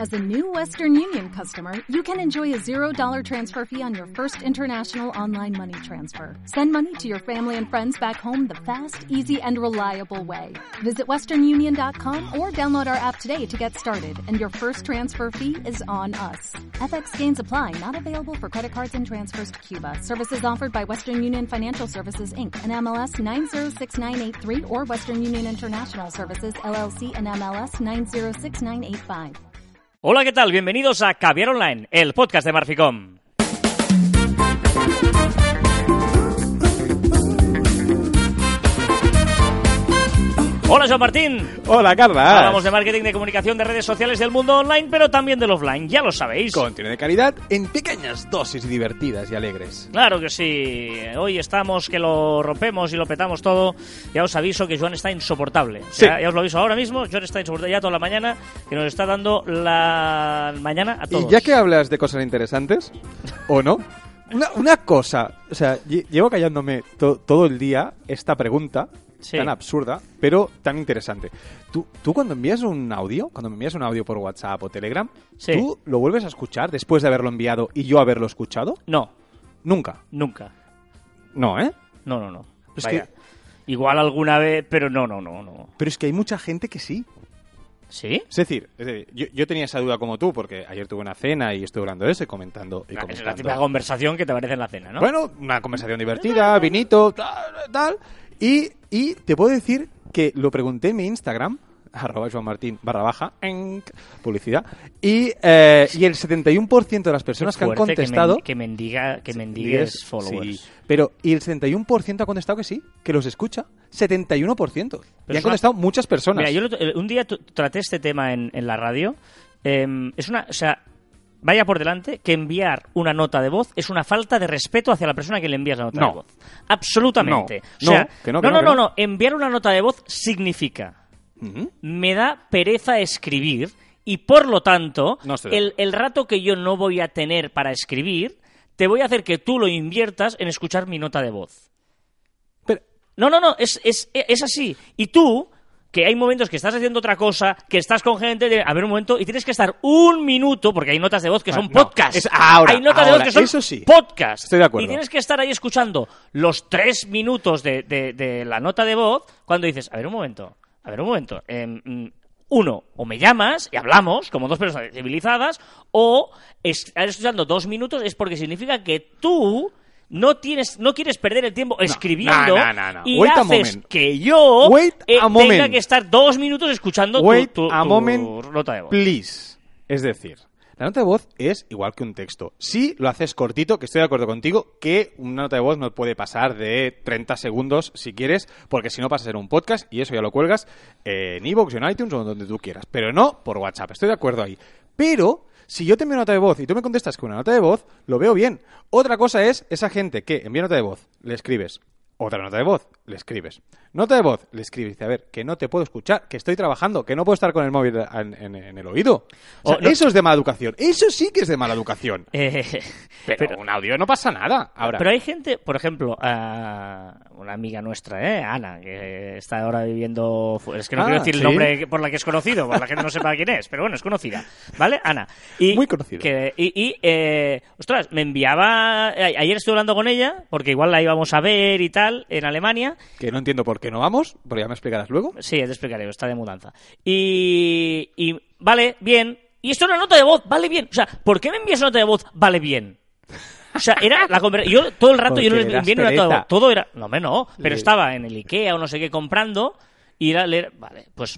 As a new Western Union customer, you can enjoy a $0 transfer fee on your first international online money transfer. Send money to your family and friends back home the fast, easy, and reliable way. Visit westernunion.com or download our app today to get started, and your first transfer fee is on us. FX gains apply, not available for credit cards and transfers to Cuba. Services offered by Western Union Financial Services, Inc., and MLS 906983, or Western Union International Services, LLC, and MLS 906985. Hola, ¿qué tal? Bienvenidos a Caviar Online, el podcast de Marficom. Hola, Joan Martín. Hola, Carla. Hablamos de marketing, de comunicación, de redes sociales, del mundo online, pero también del offline, ya lo sabéis. Contenido de calidad en pequeñas dosis divertidas y alegres. Claro que sí. Hoy estamos que lo rompemos y lo petamos todo. Ya os aviso que Joan está insoportable. Sí. Ya os lo aviso ahora mismo. Joan está insoportable ya toda la mañana, que nos está dando la mañana a todos. Y ya que hablas de cosas interesantes, ¿o no? Una cosa, o sea, llevo callándome todo el día esta pregunta. Sí. Tan absurda, pero tan interesante. ¿Tú cuando envías un audio, por WhatsApp o Telegram, sí, ¿tú lo vuelves a escuchar después de haberlo enviado y yo haberlo escuchado? No. Nunca. No, ¿eh? No. Es Vaya. que... Igual alguna vez, pero no. Pero es que hay mucha gente que sí. ¿Sí? Es decir, yo tenía esa duda como tú, porque ayer tuve una cena y estuve hablando de eso y comentando. Es la típica conversación que te aparece en la cena, ¿no? Bueno, una conversación divertida, vinito, tal. Y te puedo decir que lo pregunté en mi Instagram, @JoanMartin _, publicidad, y el 71% de las personas que han contestado... Que mendigues followers. Sí, pero y el 71% ha contestado que sí, que los escucha. 71%. Y han contestado muchas personas. Mira, yo un día traté este tema en la radio. Vaya por delante que enviar una nota de voz es una falta de respeto hacia la persona que le envías la nota de voz. Absolutamente. No. Enviar una nota de voz significa me da pereza escribir y por lo tanto el rato que yo no voy a tener para escribir te voy a hacer que tú lo inviertas en escuchar mi nota de voz. Pero... No, es así. Y tú... que hay momentos que estás haciendo otra cosa, que estás con gente, a ver un momento, y tienes que estar un minuto, porque hay notas de voz que son podcasts. Hay notas de voz que son podcasts. Estoy de acuerdo. Y tienes que estar ahí escuchando los 3 minutos de la nota de voz, cuando dices, a ver un momento. Uno, o me llamas y hablamos, como dos personas civilizadas, o estar escuchando 2 minutos es porque significa que tú... No quieres perder el tiempo escribiendo y Wait haces que yo tenga que estar 2 minutos escuchando tu nota de voz. Please. Es decir, la nota de voz es igual que un texto. Si lo haces cortito, que estoy de acuerdo contigo, que una nota de voz no puede pasar de 30 segundos si quieres, porque si no pasa a ser un podcast y eso ya lo cuelgas en iVoox, en iTunes o donde tú quieras. Pero no por WhatsApp, estoy de acuerdo ahí. Pero... si yo te envío una nota de voz y tú me contestas con una nota de voz, lo veo bien. Otra cosa es esa gente que envía nota de voz, le escribes. Otra nota de voz, le escribes. Nota de voz, le escribes. Dice, a ver, que no te puedo escuchar, que estoy trabajando, que no puedo estar con el móvil en el oído. Eso es de mala educación. Eso sí que es de mala educación. Pero un audio no pasa nada. Ahora. Pero hay gente, por ejemplo, una amiga nuestra, Ana, que está ahora viviendo... Es que no quiero decir el nombre por la que es conocido, por la gente no sepa quién es, pero bueno, es conocida. ¿Vale? Ana. Muy conocida. Ostras, me enviaba... Ayer estuve hablando con ella, porque igual la íbamos a ver y tal, en Alemania. Que no entiendo por qué no vamos, pero ya me explicarás luego. Sí, te explicaré, está de mudanza. Y vale, bien. Y esto es una nota de voz, vale bien. O sea, ¿por qué me envías una nota de voz, vale bien? O sea, era la conversación. Yo todo el rato yo no le envié una nota de voz. Todo era... No. Pero estaba en el Ikea o no sé qué comprando... ir a leer... Vale, pues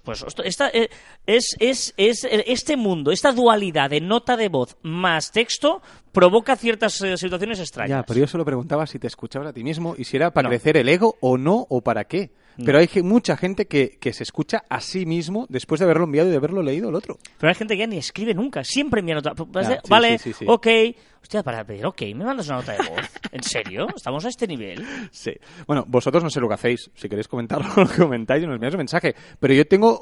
este mundo, esta dualidad de nota de voz más texto provoca ciertas situaciones extrañas. Ya, pero yo solo preguntaba si te escuchabas a ti mismo y si era para crecer el ego o no, o para qué. Pero hay mucha gente que se escucha a sí mismo después de haberlo enviado y de haberlo leído el otro. Pero hay gente que ya ni escribe nunca, siempre envía nota. Vale, sí. Ok. Hostia, para pedir ok, ¿me mandas una nota de voz? ¿En serio? ¿Estamos a este nivel? Sí. Bueno, vosotros no sé lo que hacéis. Si queréis comentarlo, lo comentáis y nos enviáis un mensaje. Pero yo tengo,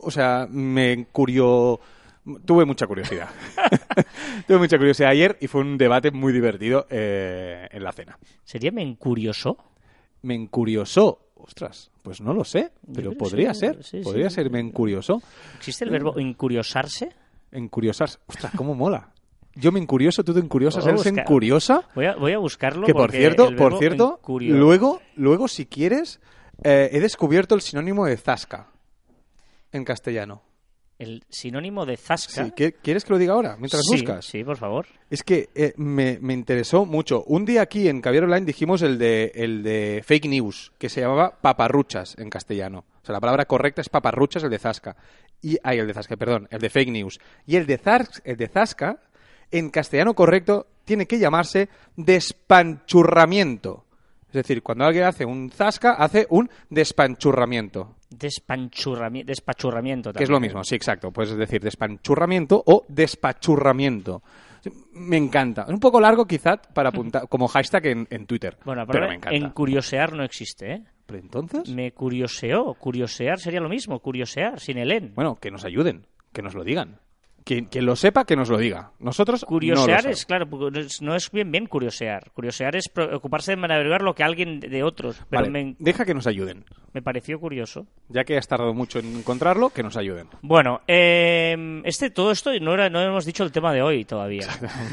tuve mucha curiosidad. Tuve mucha curiosidad ayer y fue un debate muy divertido en la cena. ¿Sería me encuriosó? Me encuriosó. Ostras, pues no lo sé, pero podría ser. Podría ser me encuriosó. ¿Existe el verbo encuriosarse? Encuriosarse. Ostras, cómo mola. Yo me encurioso, tú te encuriosas, él se encuriosa. Voy a buscarlo. Que por cierto, luego si quieres, he descubierto el sinónimo de zasca en castellano. ¿El sinónimo de zasca? Sí, ¿quieres que lo diga ahora, mientras buscas? Sí, por favor. Es que me interesó mucho. Un día aquí en Caviar Online dijimos el de fake news, que se llamaba paparruchas en castellano. O sea, la palabra correcta es paparruchas, el de zasca. El de fake news. Y el de zasca, en castellano correcto, tiene que llamarse despanchurramiento. Es decir, cuando alguien hace un zasca, hace un despanchurramiento. Despachurramiento también. Que es lo mismo, sí, exacto. Puedes decir despanchurramiento o despachurramiento. Me encanta. Es un poco largo quizá para apuntar como hashtag en Twitter. Bueno, pero me encanta. En curiosear no existe, ¿eh? ¿Pero entonces? Me curioseó. Curiosear sería lo mismo. Curiosear, sin el en. Bueno, que nos ayuden. Que nos lo digan. Quien lo sepa, que nos lo diga. Nosotros curiosear no es, claro, no es bien curiosear. Curiosear es preocuparse de averiguar lo que alguien de otros. Pero vale, deja que nos ayuden. Me pareció curioso. Ya que has tardado mucho en encontrarlo, que nos ayuden. Bueno, todo esto no hemos dicho el tema de hoy todavía.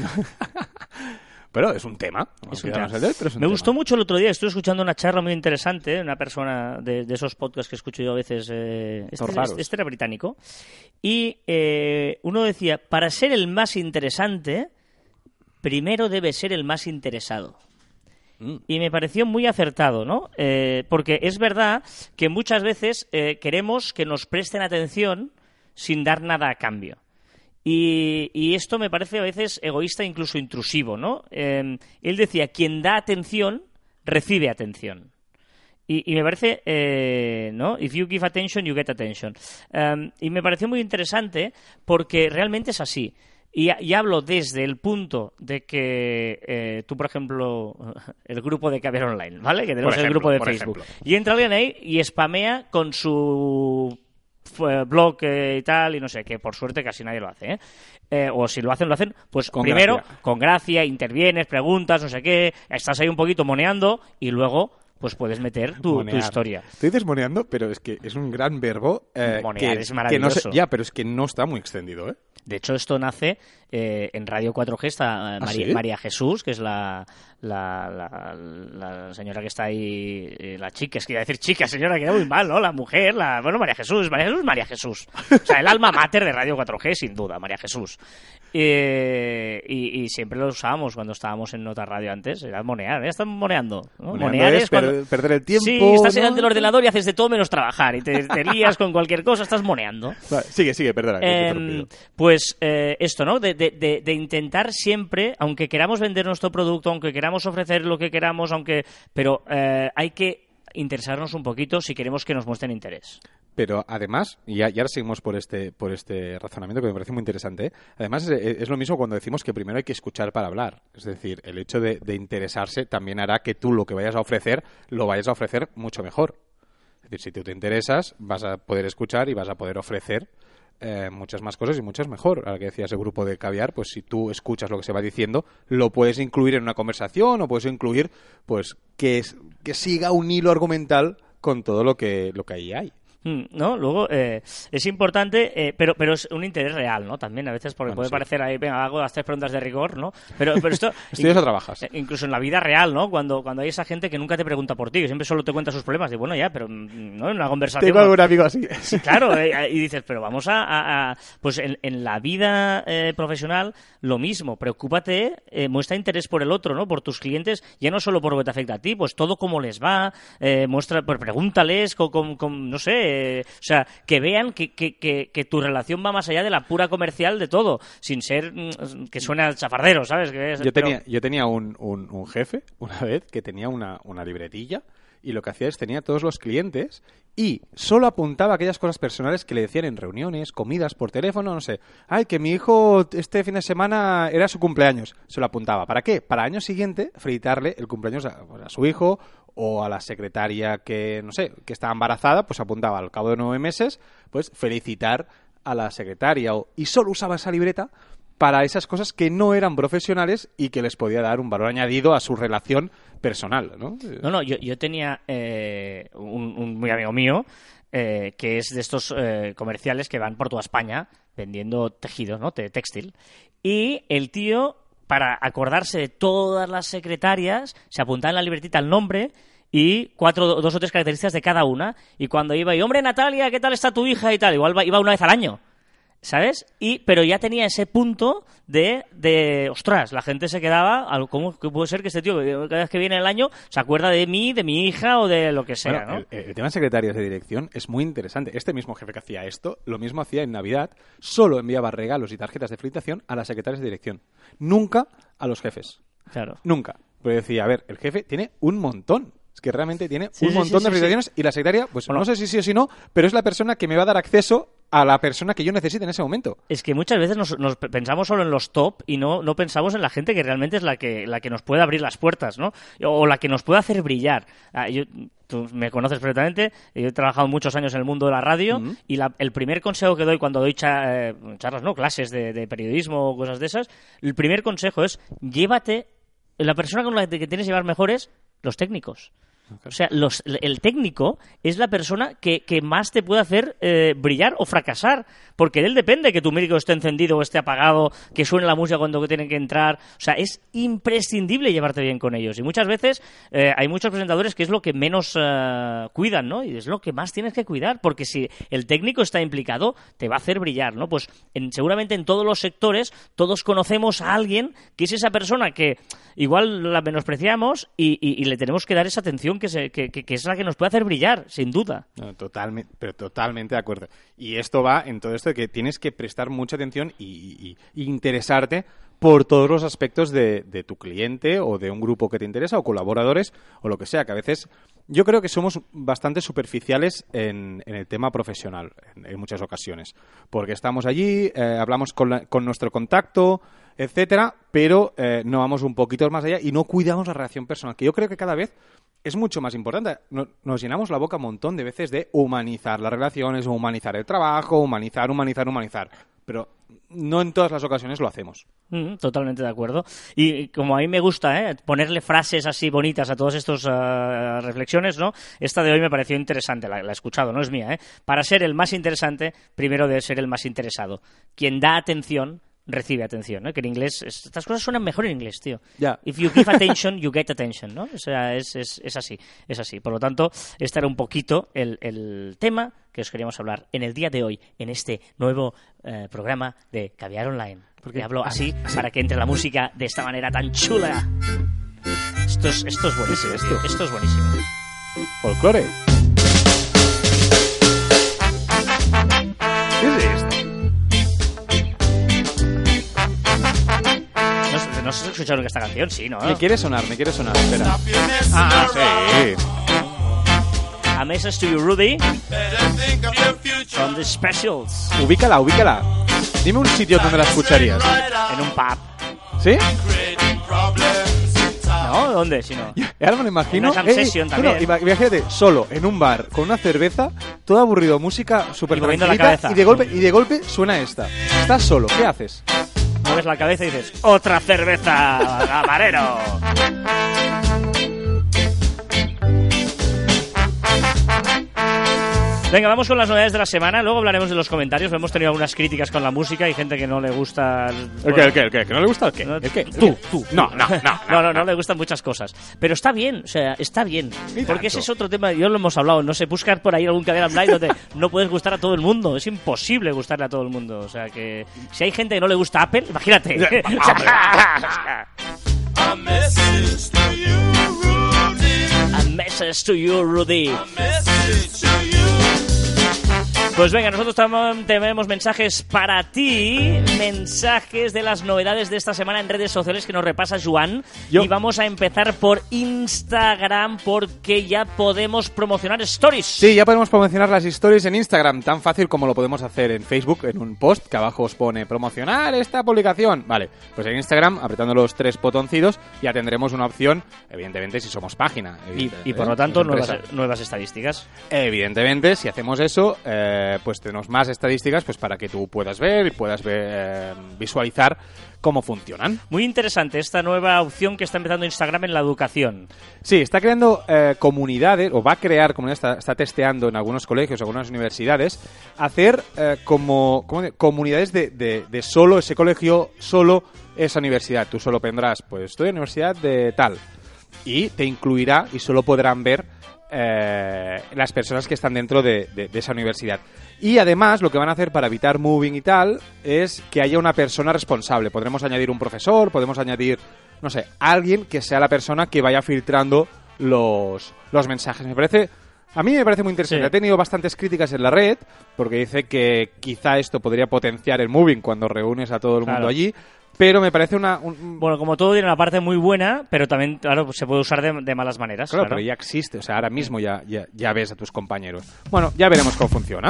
Pero es un tema. Me gustó mucho el otro día. Estuve escuchando una charla muy interesante de una persona de esos podcasts que escucho yo a veces. Este era británico. Y uno decía, para ser el más interesante, primero debe ser el más interesado. Y me pareció muy acertado, ¿no? Porque es verdad que muchas veces queremos que nos presten atención sin dar nada a cambio. Y esto me parece a veces egoísta, incluso intrusivo, ¿no? Él decía, quien da atención, recibe atención. Y me parece, ¿no? If you give attention, you get attention. Y me pareció muy interesante porque realmente es así. Y hablo desde el punto de que tú, por ejemplo, el grupo de Caviar Online, ¿vale? Que tenemos el grupo de Facebook. Y entra alguien ahí y spamea con su blog y tal, y no sé, que por suerte casi nadie lo hace, o si lo hacen, pues con primero, gracia. Con gracia, intervienes, preguntas, no sé qué, estás ahí un poquito moneando, y luego pues puedes meter tu historia. Tú dices moneando, pero es que es un gran verbo. Monear es maravilloso. Pero es que no está muy extendido, ¿eh? De hecho, esto nace en Radio 4G, está María Jesús, que es la señora que está ahí, la chica, es que iba a decir chica, señora, queda muy mal, ¿no? La mujer, María Jesús. O sea, el alma mater de Radio 4G, sin duda, María Jesús. Y siempre lo usábamos cuando estábamos en Nota Radio antes, era monear, ya están moneando, ¿no? Monear es perder el tiempo. Sí, estás delante del ordenador y haces de todo menos trabajar, y te lías con cualquier cosa, estás moneando. Vale, sigue, perdona. Pues esto, ¿no? De intentar siempre, aunque queramos vender nuestro producto, aunque queramos ofrecer lo que queramos, pero hay que interesarnos un poquito si queremos que nos muestren interés. Pero además, y ahora seguimos por este razonamiento que me parece muy interesante, ¿eh? Además es lo mismo cuando decimos que primero hay que escuchar para hablar. Es decir, el hecho de interesarse también hará que tú lo que vayas a ofrecer, lo vayas a ofrecer mucho mejor. Es decir, si tú te interesas, vas a poder escuchar y vas a poder ofrecer muchas más cosas y muchas mejor. Ahora que decías el grupo de Caviar, pues si tú escuchas lo que se va diciendo, lo puedes incluir en una conversación o puedes incluir pues que siga un hilo argumental con todo lo que ahí hay. ¿No? Luego es importante, pero es un interés real, ¿no? También a veces, porque puede parecer ahí, venga, hago las 3 preguntas de rigor, ¿no? Pero esto ¿estudias o trabajas? Incluso en la vida real, ¿no? Cuando hay esa gente que nunca te pregunta por ti, que siempre solo te cuenta sus problemas, y bueno, ya, pero no en una conversación. Tengo algún amigo así. Sí, claro, y dices, pero vamos pues en la vida profesional lo mismo, preocúpate, muestra interés por el otro, ¿no? Por tus clientes, ya no solo por lo que te afecta a ti, pues todo cómo les va, pues pregúntales, no sé, o sea, que vean que tu relación va más allá de la pura comercial de todo, sin ser que suena chafardero, ¿sabes? Yo tenía un jefe una vez que tenía una libretilla y lo que hacía es tenía todos los clientes y solo apuntaba aquellas cosas personales que le decían en reuniones, comidas, por teléfono, no sé. Ay, que mi hijo este fin de semana era su cumpleaños. Se lo apuntaba. ¿Para qué? Para el año siguiente felicitarle el cumpleaños a su hijo o a la secretaria que, no sé, que estaba embarazada, pues apuntaba al cabo de 9 meses, pues felicitar a la secretaria. Y solo usaba esa libreta para esas cosas que no eran profesionales y que les podía dar un valor añadido a su relación personal, ¿no? No, yo tenía un muy amigo mío que es de estos comerciales que van por toda España vendiendo tejidos, ¿no? Textil. Y el tío, para acordarse de todas las secretarias, se apuntaba en la libretita el nombre y 2 o 3 características de cada una. Y cuando iba, hombre, Natalia, ¿qué tal está tu hija? Y tal, igual iba una vez al año, ¿sabes? Pero ya tenía ese punto de ostras, la gente se quedaba, ¿cómo puede ser que este tío, cada vez que viene el año, se acuerda de mí, de mi hija o de lo que sea, bueno, ¿no? El tema de secretarias de dirección es muy interesante. Este mismo jefe que hacía esto, lo mismo hacía en Navidad, solo enviaba regalos y tarjetas de felicitación a las secretarias de dirección. Nunca a los jefes. Claro. Nunca. Pero decía, a ver, el jefe tiene un montón. Es que realmente tiene un montón de felicitaciones y la secretaria, pues bueno, no sé si sí o si no, pero es la persona que me va a dar acceso a la persona que yo necesite en ese momento. Es que muchas veces nos pensamos solo en los top y no pensamos en la gente que realmente es la que nos puede abrir las puertas, ¿no? O la que nos puede hacer brillar. Tú me conoces perfectamente, yo he trabajado muchos años en el mundo de la radio y el primer consejo que doy cuando doy charlas, ¿no? Clases de periodismo o cosas de esas, el primer consejo es llévate, la persona con la que tienes que llevar mejor es los técnicos. O sea, el técnico es la persona que más te puede hacer brillar o fracasar, porque de él depende que tu micro esté encendido o esté apagado, que suene la música cuando tienen que entrar. O sea, es imprescindible llevarte bien con ellos. Y muchas veces hay muchos presentadores que es lo que menos cuidan, ¿no? Y es lo que más tienes que cuidar, porque si el técnico está implicado, te va a hacer brillar, ¿no? Pues seguramente en todos los sectores todos conocemos a alguien que es esa persona que igual la menospreciamos y le tenemos que dar esa atención que es la que nos puede hacer brillar, sin duda. No, totalmente de acuerdo. Y esto va en todo esto de que tienes que prestar mucha atención y interesarte por todos los aspectos de tu cliente o de un grupo que te interesa o colaboradores o lo que sea, que a veces yo creo que somos bastante superficiales en el tema profesional en muchas ocasiones, porque estamos allí, hablamos con nuestro contacto, etcétera, pero no vamos un poquito más allá y no cuidamos la relación personal, que yo creo que cada vez es mucho más importante. Nos llenamos la boca un montón de veces de humanizar las relaciones, humanizar el trabajo, humanizar. Pero no en todas las ocasiones lo hacemos. Totalmente de acuerdo. Y como a mí me gusta ponerle frases así bonitas a todas estas reflexiones, ¿no? Esta de hoy me pareció interesante, la he escuchado, no es mía, Para ser el más interesante, primero debe ser el más interesado. Quien da atención recibe atención, ¿no? Que en inglés estas cosas suenan mejor en inglés, tío. Yeah. If you give attention, you get attention, ¿no? O sea, es así. Por lo tanto, este era un poquito el tema que os queríamos hablar en el día de hoy, en este nuevo programa de Caviar Online. Porque hablo así para que entre la música de esta manera tan chula. Esto es buenísimo. Esto es buenísimo. Folclore. ¿Qué es esto? ¿No has escuchado nunca esta canción? Sí, ¿no? Me quiere sonar, espera. Sí. A Message to You, Rudy. From the Specials. Ubícala. Dime un sitio donde la escucharías. En un pub. ¿Sí? ¿No? ¿Dónde? Si no. Ahora me lo imagino. Una jam session también. Imagínate, solo, en un bar, con una cerveza, todo aburrido, música súper tranquilita, y de golpe suena esta. Estás solo, ¿qué haces? Mueves la cabeza y dices, ¡otra cerveza, camarero! Venga, vamos con las novedades de la semana. Luego hablaremos de los comentarios. Hemos tenido algunas críticas con la música. Hay gente que no le gusta... ¿El qué? ¿Que no le gusta el qué? ¿El qué? Tú. No le gustan muchas cosas. Pero está bien, o sea, está bien. Porque ese es otro tema, yo lo hemos hablado, no sé, buscar por ahí algún Caviar Online donde no puedes gustar a todo el mundo. Es imposible gustarle a todo el mundo. O sea, que si hay gente que no le gusta Apple, imagínate. A message to you, Rudy. A message to you, Rudy. A message to you. Pues venga, nosotros tenemos mensajes para ti, mensajes de las novedades de esta semana en redes sociales que nos repasa Joan. Y vamos a empezar por Instagram porque ya podemos promocionar stories. Sí, ya podemos promocionar las stories en Instagram, tan fácil como lo podemos hacer en Facebook, en un post que abajo os pone promocionar esta publicación. Vale, pues en Instagram, apretando los 3 botoncitos, ya tendremos una opción, evidentemente si somos página. Y por lo tanto, nuevas estadísticas. Evidentemente, si hacemos eso... pues tenemos más estadísticas pues para que tú puedas ver y puedas visualizar cómo funcionan. Muy interesante esta nueva opción que está empezando Instagram en la educación. Sí, está creando comunidades, o va a crear comunidades, está testeando en algunos colegios, algunas universidades, hacer como comunidades de solo ese colegio, solo esa universidad. Tú solo vendrás, pues estoy en la universidad de tal, y te incluirá y solo podrán ver las personas que están dentro de esa universidad. Y además lo que van a hacer para evitar moving y tal es que haya una persona responsable. Podremos añadir un profesor, podemos añadir, no sé, alguien que sea la persona que vaya filtrando los mensajes. A mí me parece muy interesante. Sí. He tenido bastantes críticas en la red porque dice que quizá esto podría potenciar el moving cuando reúnes a todo el mundo allí. Pero me parece Bueno, como todo tiene una parte muy buena, pero también, claro, se puede usar de malas maneras. Claro, pero ya existe. O sea, ahora mismo ya ves a tus compañeros. Bueno, ya veremos cómo funciona.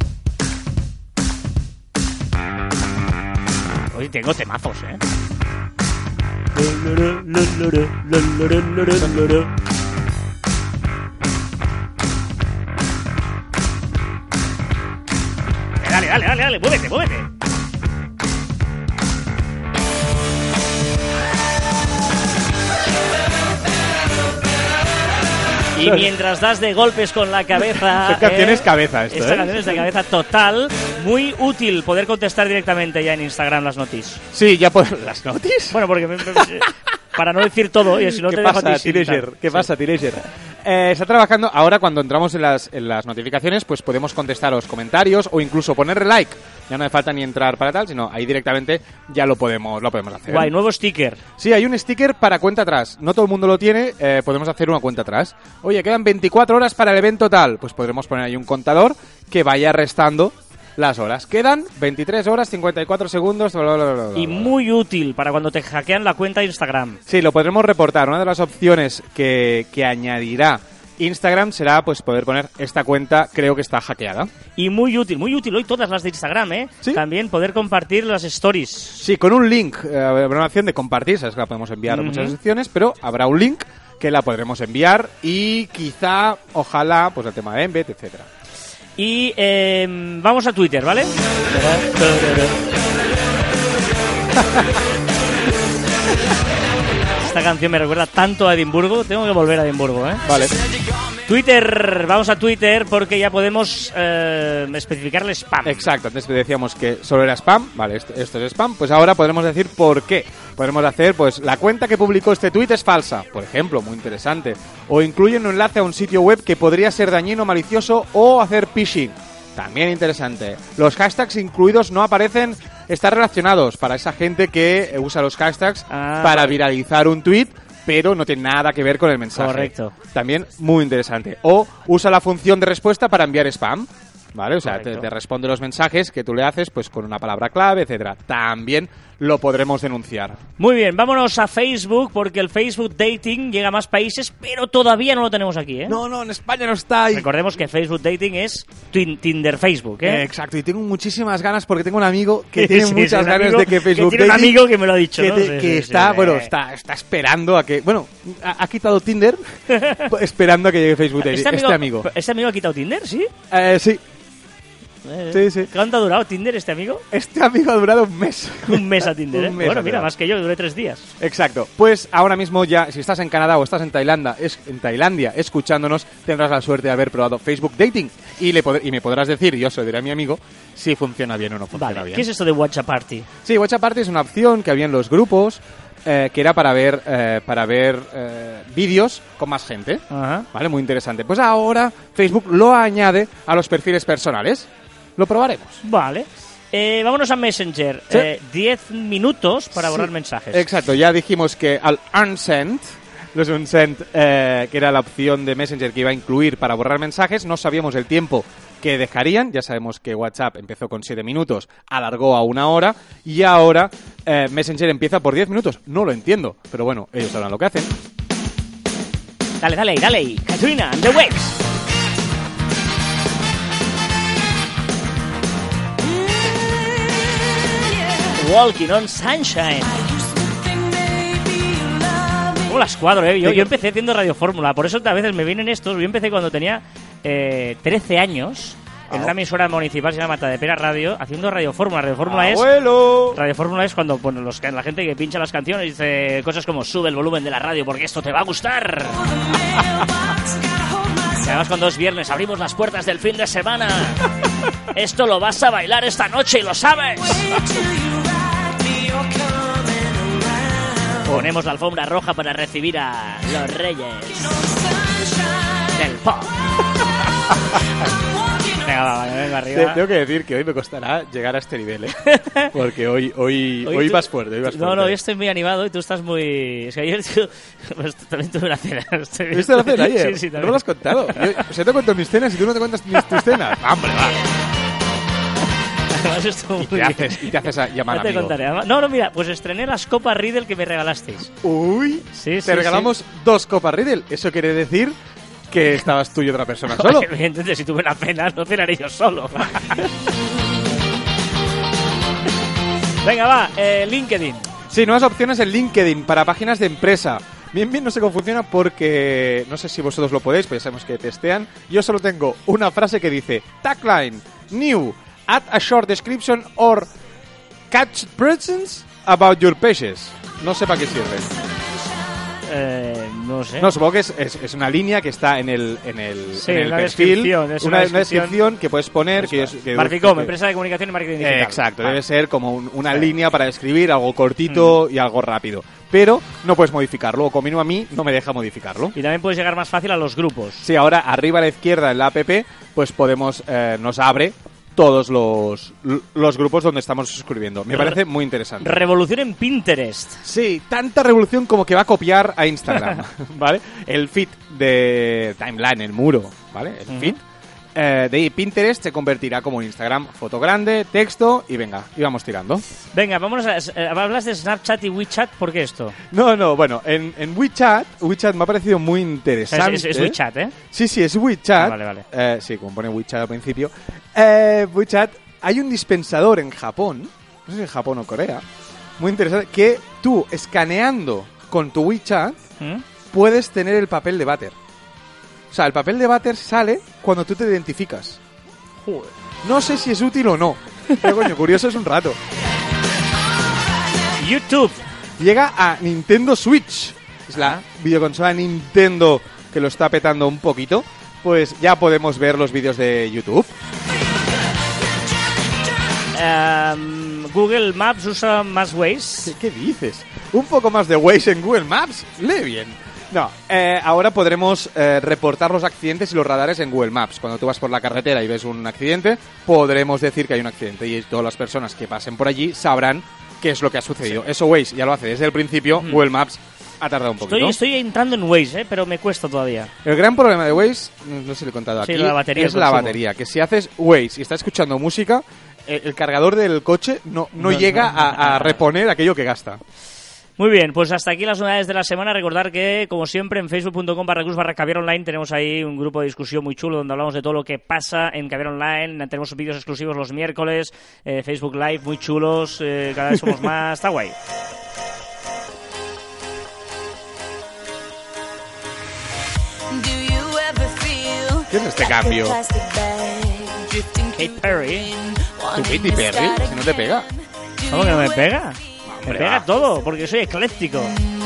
Hoy tengo temazos, ¿eh? Dale, muévete. Y mientras das de golpes con la cabeza... Esta canción es cabeza, esto, Esta canción es de cabeza total. Muy útil poder contestar directamente ya en Instagram las noticias. Sí, ya ¿las noticias? Bueno, porque para no decir todo, y si no te dejo a ti. ¿Qué pasa, Teenager? Está trabajando... Ahora, cuando entramos en las notificaciones, pues podemos contestar los comentarios o incluso ponerle like. Ya no hace falta ni entrar para tal, sino ahí directamente ya lo podemos hacer. Guay, nuevo sticker. Sí, hay un sticker para cuenta atrás. No todo el mundo lo tiene, podemos hacer una cuenta atrás. Oye, quedan 24 horas para el evento tal. Pues podremos poner ahí un contador que vaya restando las horas. Quedan 23 horas, 54 segundos, bla, bla, bla, bla, bla. Y muy útil para cuando te hackean la cuenta de Instagram. Sí, lo podremos reportar. Una de las opciones que añadirá Instagram será pues poder poner esta cuenta, creo que está hackeada. Y muy útil hoy todas las de Instagram, ¿eh? ¿Sí? También poder compartir las stories. Sí, con un link, habrá una opción de compartir, sabes que la podemos enviar a muchas secciones, pero habrá un link que la podremos enviar y quizá, ojalá, pues el tema de Embed, etcétera. Y vamos a Twitter, ¿vale? Esta canción me recuerda tanto a Edimburgo. Tengo que volver a Edimburgo, ¿eh? Vale. Twitter, vamos a Twitter porque ya podemos especificarle spam. Exacto, antes decíamos que solo era spam. Vale, esto es spam. Pues ahora podremos decir por qué. Podremos hacer, pues, la cuenta que publicó este tweet es falsa, por ejemplo, muy interesante. O incluye un enlace a un sitio web que podría ser dañino, malicioso o hacer phishing. También interesante. Los hashtags incluidos no aparecen, están relacionados para esa gente que usa los hashtags para viralizar un tweet, pero no tiene nada que ver con el mensaje. Correcto. También muy interesante. O usa la función de respuesta para enviar spam. ¿Vale? O sea, te responde los mensajes que tú le haces pues con una palabra clave, etcétera. También lo podremos denunciar. Muy bien, vámonos a Facebook, porque el Facebook Dating llega a más países, pero todavía no lo tenemos aquí, ¿eh? No, en España no está ahí. Recordemos que Facebook Dating es Tinder Facebook, ¿eh? Exacto, y tengo muchísimas ganas porque tengo un amigo que tiene muchas ganas de que Facebook Dating... Tiene un amigo que me lo ha dicho, ¿no? Está esperando a que... Bueno, ha quitado Tinder esperando a que llegue Facebook Dating. ¿Este amigo ha quitado Tinder, sí? Sí. Sí. ¿Cuánto ha durado Tinder este amigo? Este amigo ha durado un mes. Un mes a Tinder, ¿eh? Bueno, mira, más que yo, duré 3 días. Exacto. Pues ahora mismo ya, si estás en Canadá o estás en Tailandia escuchándonos, tendrás la suerte de haber probado Facebook Dating. Y me podrás decir, yo se lo diré a mi amigo, si funciona bien o no funciona bien. ¿Qué es esto de Watch a Party? Sí, Watch a Party es una opción que había en los grupos, que era para ver vídeos con más gente. Ajá. Vale, muy interesante. Pues ahora Facebook lo añade a los perfiles personales. Lo probaremos. Vale. Vámonos a Messenger. ¿Sí? 10 minutos para borrar mensajes. Exacto. Ya dijimos que al unsend, los unsend, que era la opción de Messenger que iba a incluir para borrar mensajes, no sabíamos el tiempo que dejarían. Ya sabemos que WhatsApp empezó con 7 minutos, alargó a 1 hora y ahora Messenger empieza por 10 minutos. No lo entiendo, pero bueno, ellos sabrán lo que hacen. Dale. Katrina and the Waves. Walking on Sunshine. ¿Cómo las cuadro, eh? Yo empecé haciendo Radio Fórmula, por eso a veces me vienen estos. Yo empecé cuando tenía 13 años en una emisora municipal, se llama Matadepera Radio, haciendo Radio Fórmula. Radio Fórmula es cuando la gente que pincha las canciones dice cosas como sube el volumen de la radio porque esto te va a gustar. Y además cuando es viernes abrimos las puertas del fin de semana. Esto lo vas a bailar esta noche y lo sabes. Ponemos la alfombra roja para recibir a los reyes del pop. Venga, arriba. Tengo que decir que hoy me costará llegar a este nivel, porque hoy vas fuerte. No, yo estoy muy animado y tú estás muy... Es que ayer pues, también tuve una cena. ¿Viste la cena ayer? Sí, no me lo has contado. Yo te cuento mis cenas y tú no te cuentas tus cenas. ¡Hombre, va! Y te haces a llamar amigo. Te contaré. No, mira, pues estrené las copas Riddle que me regalasteis. Uy, te regalamos 2 copas Riddle. Eso quiere decir que estabas tú y otra persona solo. Evidentemente, si tuve una cena, no cenaré yo solo. Venga, va, LinkedIn. Sí, nuevas opciones en LinkedIn para páginas de empresa. Bien, no sé cómo funciona porque no sé si vosotros lo podéis, pues ya sabemos que testean. Yo solo tengo una frase que dice tagline, new, add a short description or catch presence about your pages. No sé para qué sirve. No sé. No, supongo que es una línea que está en el perfil. Una descripción que puedes poner. Marficom, empresa de comunicación y marketing digital. Exacto, debe ser como una línea para describir algo cortito y algo rápido. Pero no puedes modificarlo, o como mínimo a mí no me deja modificarlo. Y también puedes llegar más fácil a los grupos. Sí, ahora arriba a la izquierda en la app, pues podemos, nos abre todos los grupos donde estamos escribiendo. Me parece muy interesante. Revolución en Pinterest. Sí, tanta revolución como que va a copiar a Instagram, ¿vale? El feed de timeline, el muro, ¿vale? El feed de Pinterest se convertirá como en Instagram, foto grande, texto y venga, y vamos tirando. Venga, vamos hablas de Snapchat y WeChat, ¿por qué esto? No, bueno, en WeChat me ha parecido muy interesante. Es WeChat, ¿eh? Sí, es WeChat. Vale. Sí, como pone WeChat al principio. WeChat, hay un dispensador en Japón, no sé si en Japón o Corea, muy interesante, que tú, escaneando con tu WeChat, puedes tener el papel de váter. O sea, el papel de váter sale cuando tú te identificas. Joder. No sé si es útil o no. Pero coño, curioso es un rato. YouTube. Llega a Nintendo Switch. Es la videoconsola Nintendo que lo está petando un poquito. Pues ya podemos ver los vídeos de YouTube. Google Maps usa más Waze. ¿Qué dices? ¿Un poco más de Waze en Google Maps? Lee bien. No, ahora podremos reportar los accidentes y los radares en Google Maps. Cuando tú vas por la carretera y ves un accidente, podremos decir que hay un accidente y todas las personas que pasen por allí sabrán qué es lo que ha sucedido. Sí. Eso Waze ya lo hace desde el principio, Google Maps ha tardado un poquito. Estoy entrando en Waze, pero me cuesta todavía. El gran problema de Waze, no sé si lo he contado aquí, la batería es la batería. Que si haces Waze y estás escuchando música, el cargador del coche no llega a reponer aquello que gasta. Muy bien, pues hasta aquí las novedades de la semana. Recordar que, como siempre, en facebook.com/Caviar Online tenemos ahí un grupo de discusión muy chulo donde hablamos de todo lo que pasa en Caviar Online. Tenemos vídeos exclusivos los miércoles, Facebook Live muy chulos, cada vez somos más, está guay. ¿Qué es este cambio? Katy Perry. ¿Tu Katy Perry? Si no te pega. ¿Cómo que no me pega? Me pega todo, porque soy ecléctico.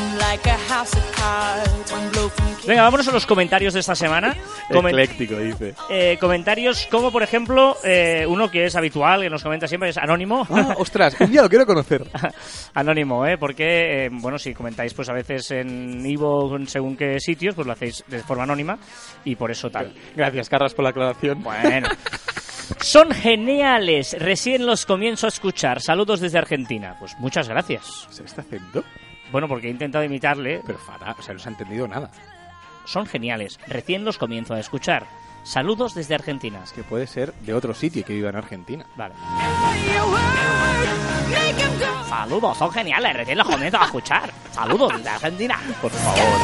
Venga, vámonos a los comentarios de esta semana. Ecléctico, dice. Comentarios como, por ejemplo, uno que es habitual, que nos comenta siempre, es Anónimo. Ah, ostras, un día lo quiero conocer. Anónimo, porque, bueno, si comentáis pues a veces en Ivo, según qué sitios, pues lo hacéis de forma anónima y por eso tal. Gracias, Carras, por la aclaración. Bueno. Son geniales, recién los comienzo a escuchar. Saludos desde Argentina. Pues muchas gracias. ¿Se está haciendo? Bueno, porque he intentado imitarle. Pero fatal, o sea, no se ha entendido nada. Son geniales, recién los comienzo a escuchar. Saludos desde Argentina. Es que puede ser de otro sitio que viva en Argentina. Vale. Saludos, son geniales, recién los comienzo a escuchar. Saludos desde Argentina. Por favor.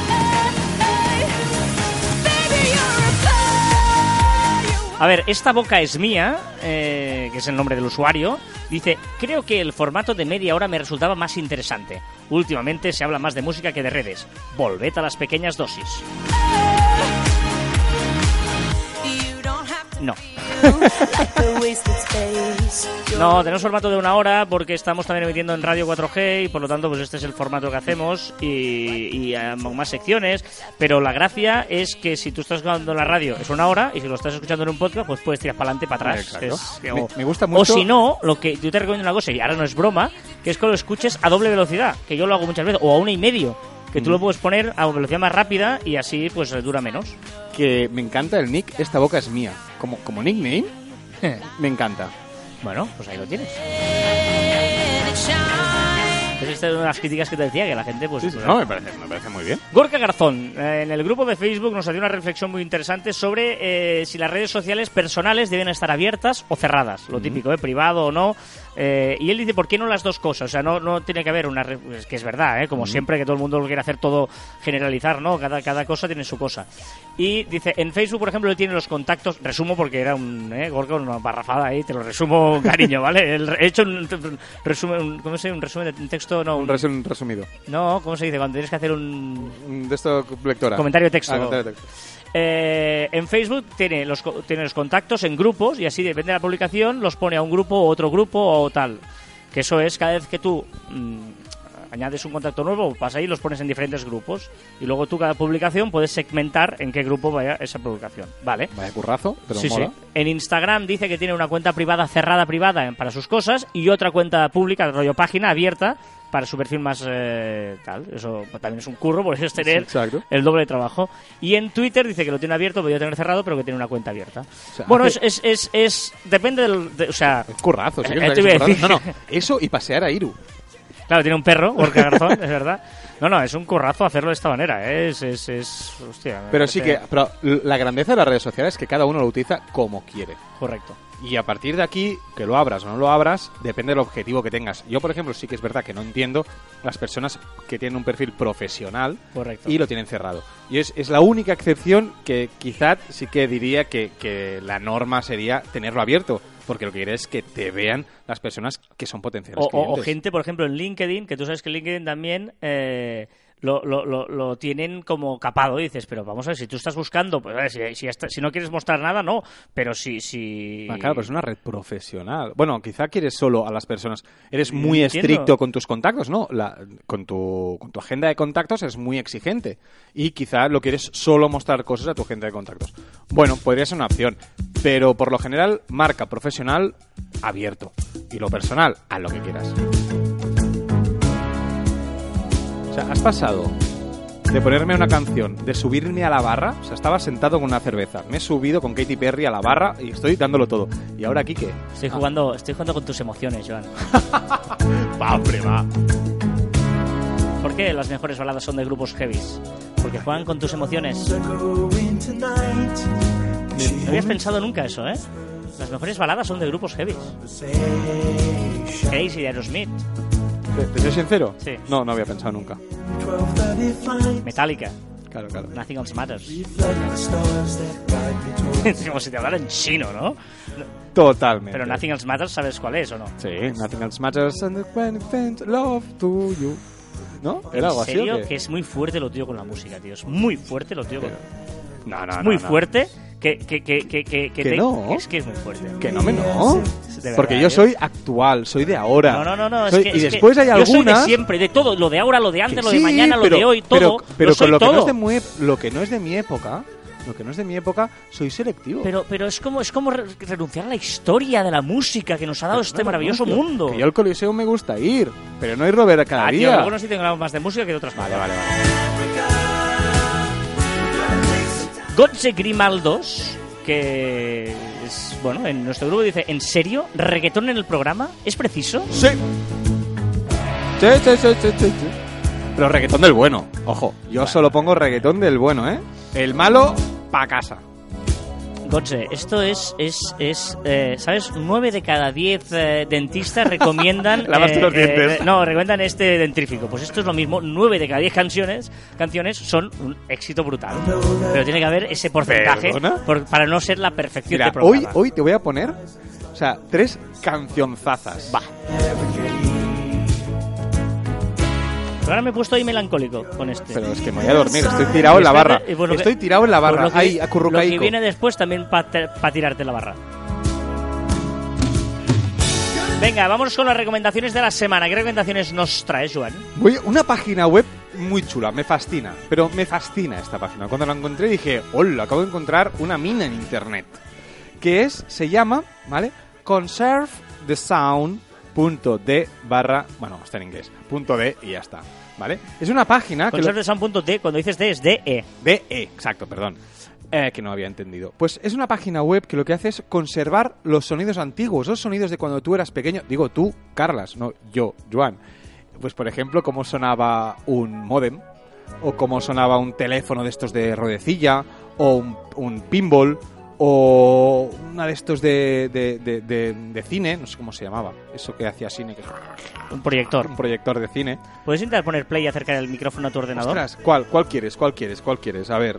A ver, esta boca es mía, que es el nombre del usuario. Dice, creo que el formato de media hora me resultaba más interesante. Últimamente se habla más de música que de redes. Volved a las pequeñas dosis. No. No, tenemos formato de 1 hora porque estamos también emitiendo en Radio 4G y por lo tanto pues este es el formato que hacemos y más secciones, pero la gracia es que si tú estás escuchando en la radio es 1 hora y si lo estás escuchando en un podcast pues puedes tirar para adelante, para atrás. Me gusta mucho. O si no, lo que yo te recomiendo una cosa, y ahora no es broma, que es que lo escuches a doble velocidad, que yo lo hago muchas veces, o a 1,5, que tú lo puedes poner a velocidad más rápida y así pues dura menos. Que me encanta el nick, esta boca es mía. Como nickname, me encanta. Bueno, pues ahí lo tienes. Esta es una de las críticas que te decía, que la gente pues... Sí, no, me parece muy bien. Gorka Garzón, en el grupo de Facebook nos hacía una reflexión muy interesante sobre si las redes sociales personales deben estar abiertas o cerradas. Lo típico, privado o no. Y él dice, ¿por qué no las dos cosas? O sea, no tiene que haber una... Es que es verdad, como siempre, que todo el mundo lo quiere hacer todo generalizar, ¿no? Cada cosa tiene su cosa. Y dice, en Facebook, por ejemplo, él tiene los contactos... Resumo porque era Gorka, una barrafada ahí, te lo resumo, cariño, ¿vale? He hecho un resumen, ¿cómo se dice? Un resumen de texto, no... Un resumido. No, ¿cómo se dice? Cuando tienes que hacer un... De esto, lectora. Comentario de texto. Comentario de texto. En Facebook tiene los contactos en grupos y así depende de la publicación los pone a un grupo o otro grupo o tal, que eso es cada vez que tú añades un contacto nuevo, vas ahí y los pones en diferentes grupos y luego tú cada publicación puedes segmentar en qué grupo vaya esa publicación, ¿vale? Vaya currazo, pero sí, mola. Sí. En Instagram dice que tiene una cuenta privada cerrada para sus cosas y otra cuenta pública, rollo página abierta para su perfil más tal. Eso también es un curro, porque es tener el doble de trabajo. Y en Twitter dice que lo tiene abierto, podría tener cerrado, pero que tiene una cuenta abierta. O sea, bueno, es depende del... o sea, es currazo, sí que es currazo. No, eso y pasear a Iru. Claro, tiene un perro, Gorka Garzón, es verdad. No, es un currazo hacerlo de esta manera, hostia. Pero sí que... Pero la grandeza de las redes sociales es que cada uno lo utiliza como quiere. Correcto. Y a partir de aquí, que lo abras o no lo abras, depende del objetivo que tengas. Yo, por ejemplo, sí que es verdad que no entiendo las personas que tienen un perfil profesional. Correcto. Y lo tienen cerrado. Y es la única excepción que quizás sí que diría que la norma sería tenerlo abierto. Porque lo que quieres es que te vean las personas que son potenciales clientes. O gente, por ejemplo, en LinkedIn, que tú sabes que LinkedIn también... Lo tienen como capado y dices, pero vamos a ver, si tú estás buscando, pues a ver, si no quieres mostrar nada, no, pero si... Claro, pero es una red profesional. Bueno, quizá quieres solo a las personas, eres muy estricto con tus contactos, ¿no? Con tu agenda de contactos eres muy exigente y quizá lo quieres solo mostrar cosas a tu agenda de contactos. Bueno, podría ser una opción, pero por lo general, marca profesional abierto y lo personal, haz lo que quieras. O sea, has pasado de ponerme una canción, de subirme a la barra, o sea, estaba sentado con una cerveza, me he subido con Katy Perry a la barra y estoy dándolo todo. ¿Y ahora aquí qué? Estoy jugando con tus emociones, Joan. Va, hombre, va. ¿Por qué las mejores baladas son de grupos heavies? Porque juegan con tus emociones. No habías pensado nunca eso, ¿eh? Las mejores baladas son de grupos heavies. Crazy de Aerosmith. ¿Te soy sincero? Sí. No había pensado nunca. Metallica. Claro. Nothing Else Matters. Como si te hablara en chino, ¿no? Totalmente. Pero Nothing Else Matters, ¿sabes cuál es o no? Sí, Nothing Else Matters and the love to you. ¿No? ¿Era algo así? ¿En serio? Que es muy fuerte lo tuyo con la música, tío. Es muy fuerte lo tuyo con... No. Es muy fuerte que no. Es que es muy fuerte. Que no. Porque yo soy actual, soy de ahora. No. Y después hay algunas... Yo soy de siempre, de todo. Lo de ahora, lo de antes, lo de mañana, lo de hoy, todo. Pero con lo que no es de mi época... Lo que no es de mi época, soy selectivo. Pero es como renunciar a la historia de la música que nos ha dado este maravilloso mundo. Que yo al Coliseo me gusta ir, pero no hay Robert cada día. Tío, algunos sí tengo más de música que de otras cosas. Vale. Gotze Grimaldos, que es, bueno, en nuestro grupo dice, ¿en serio? ¿Reggaetón en el programa? ¿Es preciso? Sí. Pero reggaetón del bueno, ojo. Yo solo pongo reggaetón del bueno, ¿eh? El malo, pa' casa. Gotze, esto es ¿sabes? 9 de cada 10 dentistas recomiendan... Lavaste los dientes. No, recomiendan este dentrífico. Pues esto es lo mismo. 9 de cada 10 canciones son un éxito brutal. Pero tiene que haber ese porcentaje para no ser la perfección de programa. Hoy te voy a poner, o sea, 3 cancionzazas. Va. Ahora me he puesto ahí melancólico con este. Pero es que me voy a dormir, estoy tirado en la barra. Estoy tirado en la barra, ahí, acurrucaico. Lo que viene después también para tirarte la barra. Venga, vamos con las recomendaciones de la semana. ¿Qué recomendaciones nos traes, Joan? Una página web muy chula, me fascina. Pero me fascina esta página. Cuando la encontré dije, hola, acabo de encontrar una mina en internet. Se llama, ¿vale? conservethesound.de bueno, está en inglés, .de y ya está, ¿vale? Es una página conservethesound.de, cuando dices de es DE. DE, exacto, perdón. Que no había entendido. Pues es una página web que lo que hace es conservar los sonidos antiguos, los sonidos de cuando tú eras pequeño. Digo tú, Carlas, no yo, Joan. Pues por ejemplo, cómo sonaba un módem, o cómo sonaba un teléfono de estos de ruedecilla, o un pinball, o una de estos de cine, no sé cómo se llamaba, eso que hacía cine, que... un proyector. Un proyector de cine. ¿Puedes intentar poner play y acercar el micrófono a tu ordenador? Ostras, ¿cuál quieres? A ver,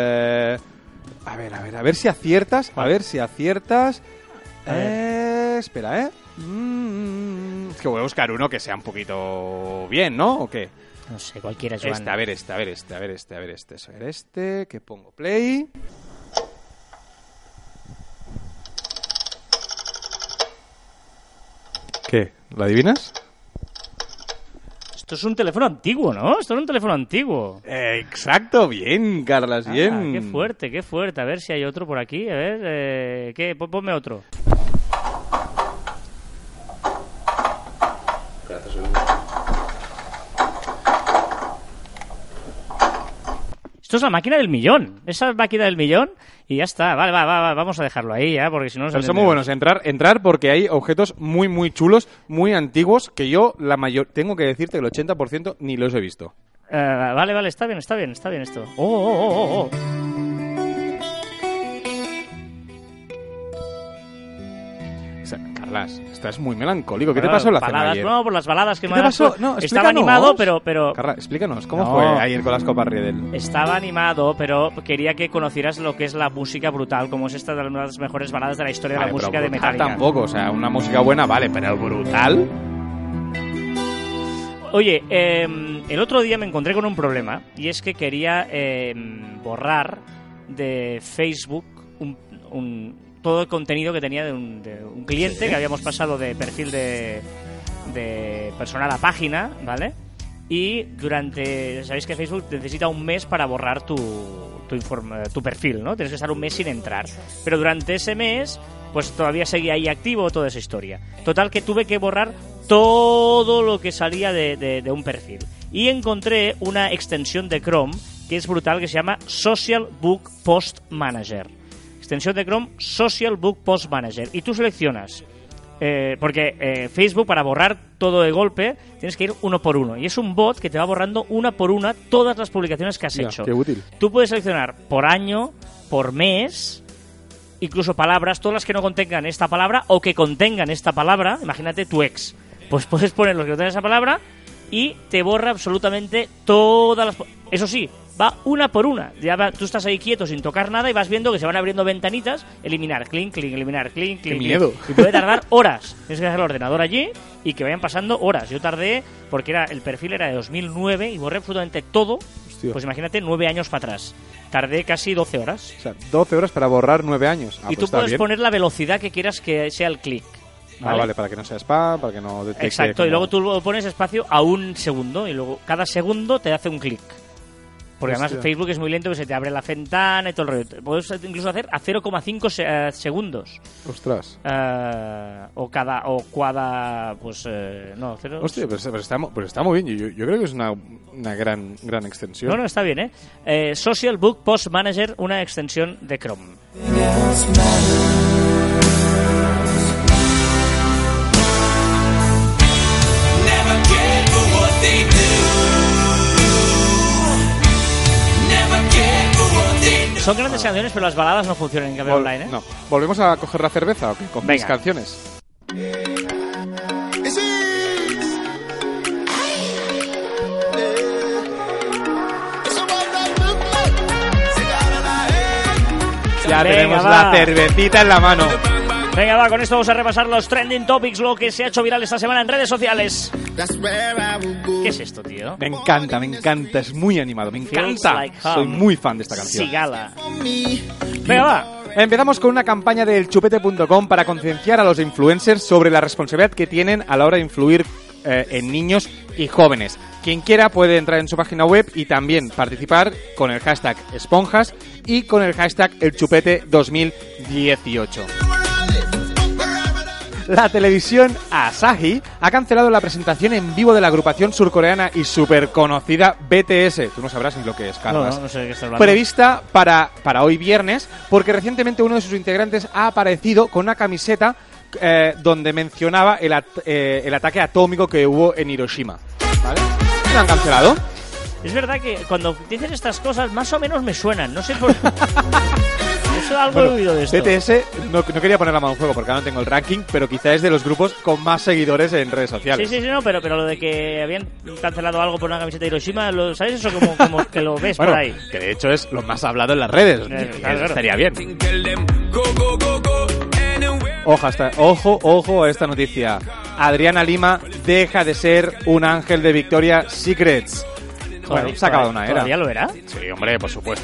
a ver si aciertas. ¿Cuál? A ver si aciertas. Espera, Es que voy a buscar uno que sea un poquito bien, ¿no? ¿O qué? No sé, cualquiera, Joan. A ver este, que pongo play. ¿Qué? ¿Lo adivinas? Esto es un teléfono antiguo, ¿no? Esto es un teléfono antiguo. Exacto, bien, Carlas, bien. Qué fuerte, qué fuerte. A ver si hay otro por aquí. A ver, ¿qué? Ponme otro. Esto es la máquina del millón. Esa máquina del millón y ya está. Vale, vamos a dejarlo ahí ya, porque si no... Pero son muy buenos. Entrar porque hay objetos muy, muy chulos, muy antiguos, que yo, tengo que decirte que el 80% ni los he visto. Vale, está bien esto. Oh. Carlas, estás muy melancólico. ¿Qué te pasó la cena ayer? No, por las baladas que ¿Qué me te pasó? No, estaba animado, pero... Carlas, explícanos, ¿cómo fue ayer con las copas Riedel? Estaba animado, pero quería que conocieras lo que es la música brutal, como es esta de las mejores baladas de la historia de la música de Metallica. Tampoco, o sea, una música buena, vale, pero brutal... Oye, el otro día me encontré con un problema, y es que quería borrar de Facebook todo el contenido que tenía de un cliente que habíamos pasado de perfil de personal a página, ¿vale? Y sabéis que Facebook necesita un mes para borrar tu perfil, ¿no? Tienes que estar un mes sin entrar. Pero durante ese mes, pues todavía seguía ahí activo toda esa historia. Total que tuve que borrar todo lo que salía de un perfil. Y encontré una extensión de Chrome que es brutal, que se llama Social Book Post Manager. Extensión de Chrome, Social Book Post Manager. Y tú seleccionas, porque Facebook, para borrar todo de golpe, tienes que ir uno por uno. Y es un bot que te va borrando una por una todas las publicaciones que has hecho. Qué útil. Tú puedes seleccionar por año, por mes, incluso palabras, todas las que no contengan esta palabra o que contengan esta palabra. Imagínate tu ex. Pues puedes poner los que contengan esa palabra y te borra absolutamente todas las... Eso sí, va una por una. Tú estás ahí quieto sin tocar nada y vas viendo que se van abriendo ventanitas. Eliminar, clink, eliminar, clink. ¡Qué miedo! Y puede tardar horas. Tienes que dejar el ordenador allí y que vayan pasando horas. Yo tardé, porque el perfil era de 2009 y borré absolutamente todo. Hostia. Pues imagínate, 9 años para atrás. Tardé casi 12 horas. O sea, 12 horas para borrar 9 años. Y tú puedes poner la velocidad que quieras que sea el clic. Vale, para que no sea spam, para que no detecte... Exacto, y luego tú pones espacio a un segundo y luego cada segundo te hace un clic. Porque además Facebook es muy lento, que se te abre la ventana y todo el rollo. Puedes incluso hacer a 0,5 segundos. Ostras. O cada pues no, 0... Hostia, pero está muy bien. Yo creo que es una gran extensión. No, está bien, Social Book Post Manager, una extensión de Chrome. Son grandes canciones, pero las baladas no funcionan en cambio online, No. ¿Volvemos a coger la cerveza o qué? ¿Con mis canciones? Ya tenemos la cervecita en la mano. Venga, va, con esto vamos a repasar los trending topics, lo que se ha hecho viral esta semana en redes sociales. ¿Qué es esto, tío? Me encanta, es muy animado, me encanta. Soy muy fan de esta canción. Sigala. Venga, va. Empezamos con una campaña del chupete.com para concienciar a los influencers sobre la responsabilidad que tienen a la hora de influir en niños y jóvenes. Quien quiera puede entrar en su página web y también participar con el hashtag esponjas y con el hashtag elchupete2018. La televisión Asahi ha cancelado la presentación en vivo de la agrupación surcoreana y súper conocida BTS. Tú no sabrás ni lo que es, Carlos. No sé de qué está hablando. Prevista para hoy viernes, porque recientemente uno de sus integrantes ha aparecido con una camiseta donde mencionaba el ataque atómico que hubo en Hiroshima. ¿Vale? ¿Lo han cancelado? Es verdad que cuando dices estas cosas más o menos me suenan. No sé por qué. Eso algo he oído de esto. BTS, no quería poner la mano en fuego porque ahora no tengo el ranking, pero quizá es de los grupos con más seguidores en redes sociales. Sí, no, pero lo de que habían cancelado algo por una camiseta de Hiroshima, ¿sabes eso? Como que lo ves bueno, por ahí. Que de hecho es lo más hablado en las redes. Claro. Estaría bien. Ojo a esta noticia. Adriana Lima deja de ser un ángel de Victoria's Secrets. Bueno, se ha acabado una era. ¿Todavía lo era? Sí, hombre, por supuesto.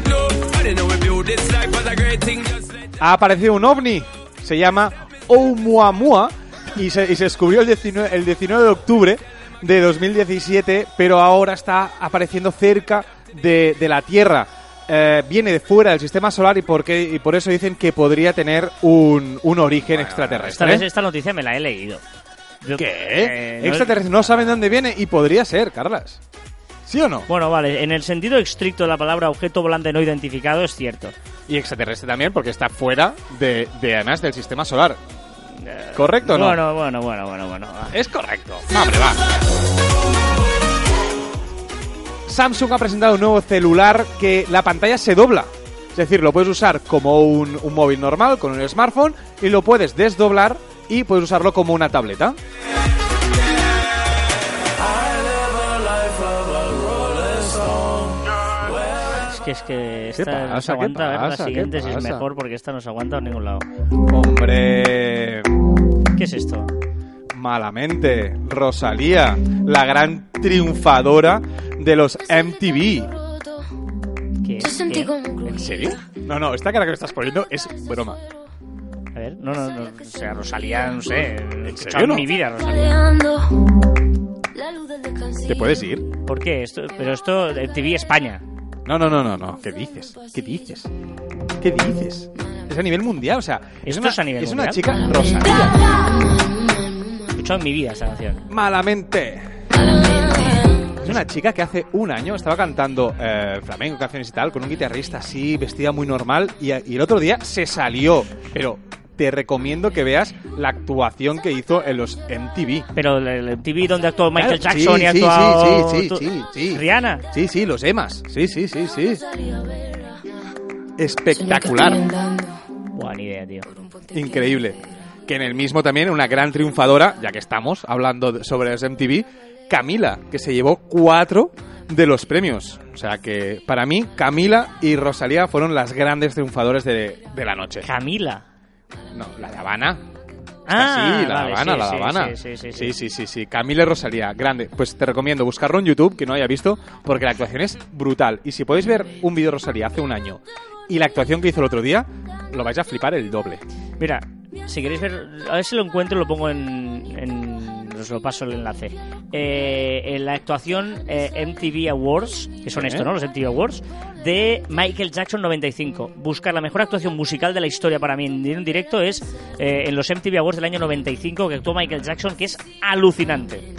Ha aparecido un ovni. Se llama Oumuamua y se descubrió el 19 de octubre de 2017, pero ahora está apareciendo cerca de la Tierra. Viene de fuera del sistema solar y por eso dicen que podría tener un origen extraterrestre. Esta noticia me la he leído. ¿Qué? Extraterrestre. No saben dónde viene y podría ser, Carlas. ¿Sí o no? Bueno, vale, en el sentido estricto de la palabra objeto volante no identificado es cierto. Y extraterrestre también porque está fuera de además del sistema solar. ¿Correcto o no? Bueno. Es correcto. Hombre, va. Samsung ha presentado un nuevo celular que la pantalla se dobla. Es decir, lo puedes usar como un móvil normal, con un smartphone, y lo puedes desdoblar y puedes usarlo como una tableta. Es que esta no se aguanta. A ver la siguiente si es mejor, porque esta no se aguanta a ningún lado. ¡Hombre! ¿Qué es esto? Malamente. Rosalía, la gran triunfadora de los MTV. ¿Qué? ¿En serio? No, esta cara que me estás poniendo es broma. A ver, no. O sea, Rosalía, no sé. ¿En serio no? Mi vida, Rosalía. ¿Te puedes ir? ¿Por qué? Pero esto, MTV España. No. ¿Qué dices? Es a nivel mundial, o sea... Es una chica Rosalía. He escuchado en mi vida esta canción. Malamente. Es una chica que hace un año estaba cantando flamenco, canciones y tal, con un guitarrista así, vestida muy normal, y el otro día se salió, pero... Te recomiendo que veas la actuación que hizo en los MTV. Pero el MTV donde actuó Michael Jackson y actuó... Sí. Rihanna. Sí, los EMAs. Sí. Espectacular. Buena idea, tío. Increíble. Que en el mismo también una gran triunfadora, ya que estamos hablando sobre los MTV, Camila, que se llevó 4 de los premios. O sea que para mí Camila y Rosalía fueron las grandes triunfadores de la noche. Camila. No, la de Habana. Ah, sí, la vale, de Habana. Sí. Camila y Rosalía, grande. Pues te recomiendo buscarlo en YouTube, que no haya visto, porque la actuación es brutal. Y si podéis ver un vídeo de Rosalía hace un año y la actuación que hizo el otro día, lo vais a flipar el doble. Mira, si queréis ver, a ver si lo encuentro, lo pongo os lo paso el enlace. En la actuación MTV Awards, que son esto, ¿no? Los MTV Awards, de Michael Jackson 95. Buscar la mejor actuación musical de la historia para mí en un directo es en los MTV Awards del año 95, que actuó Michael Jackson, que es alucinante.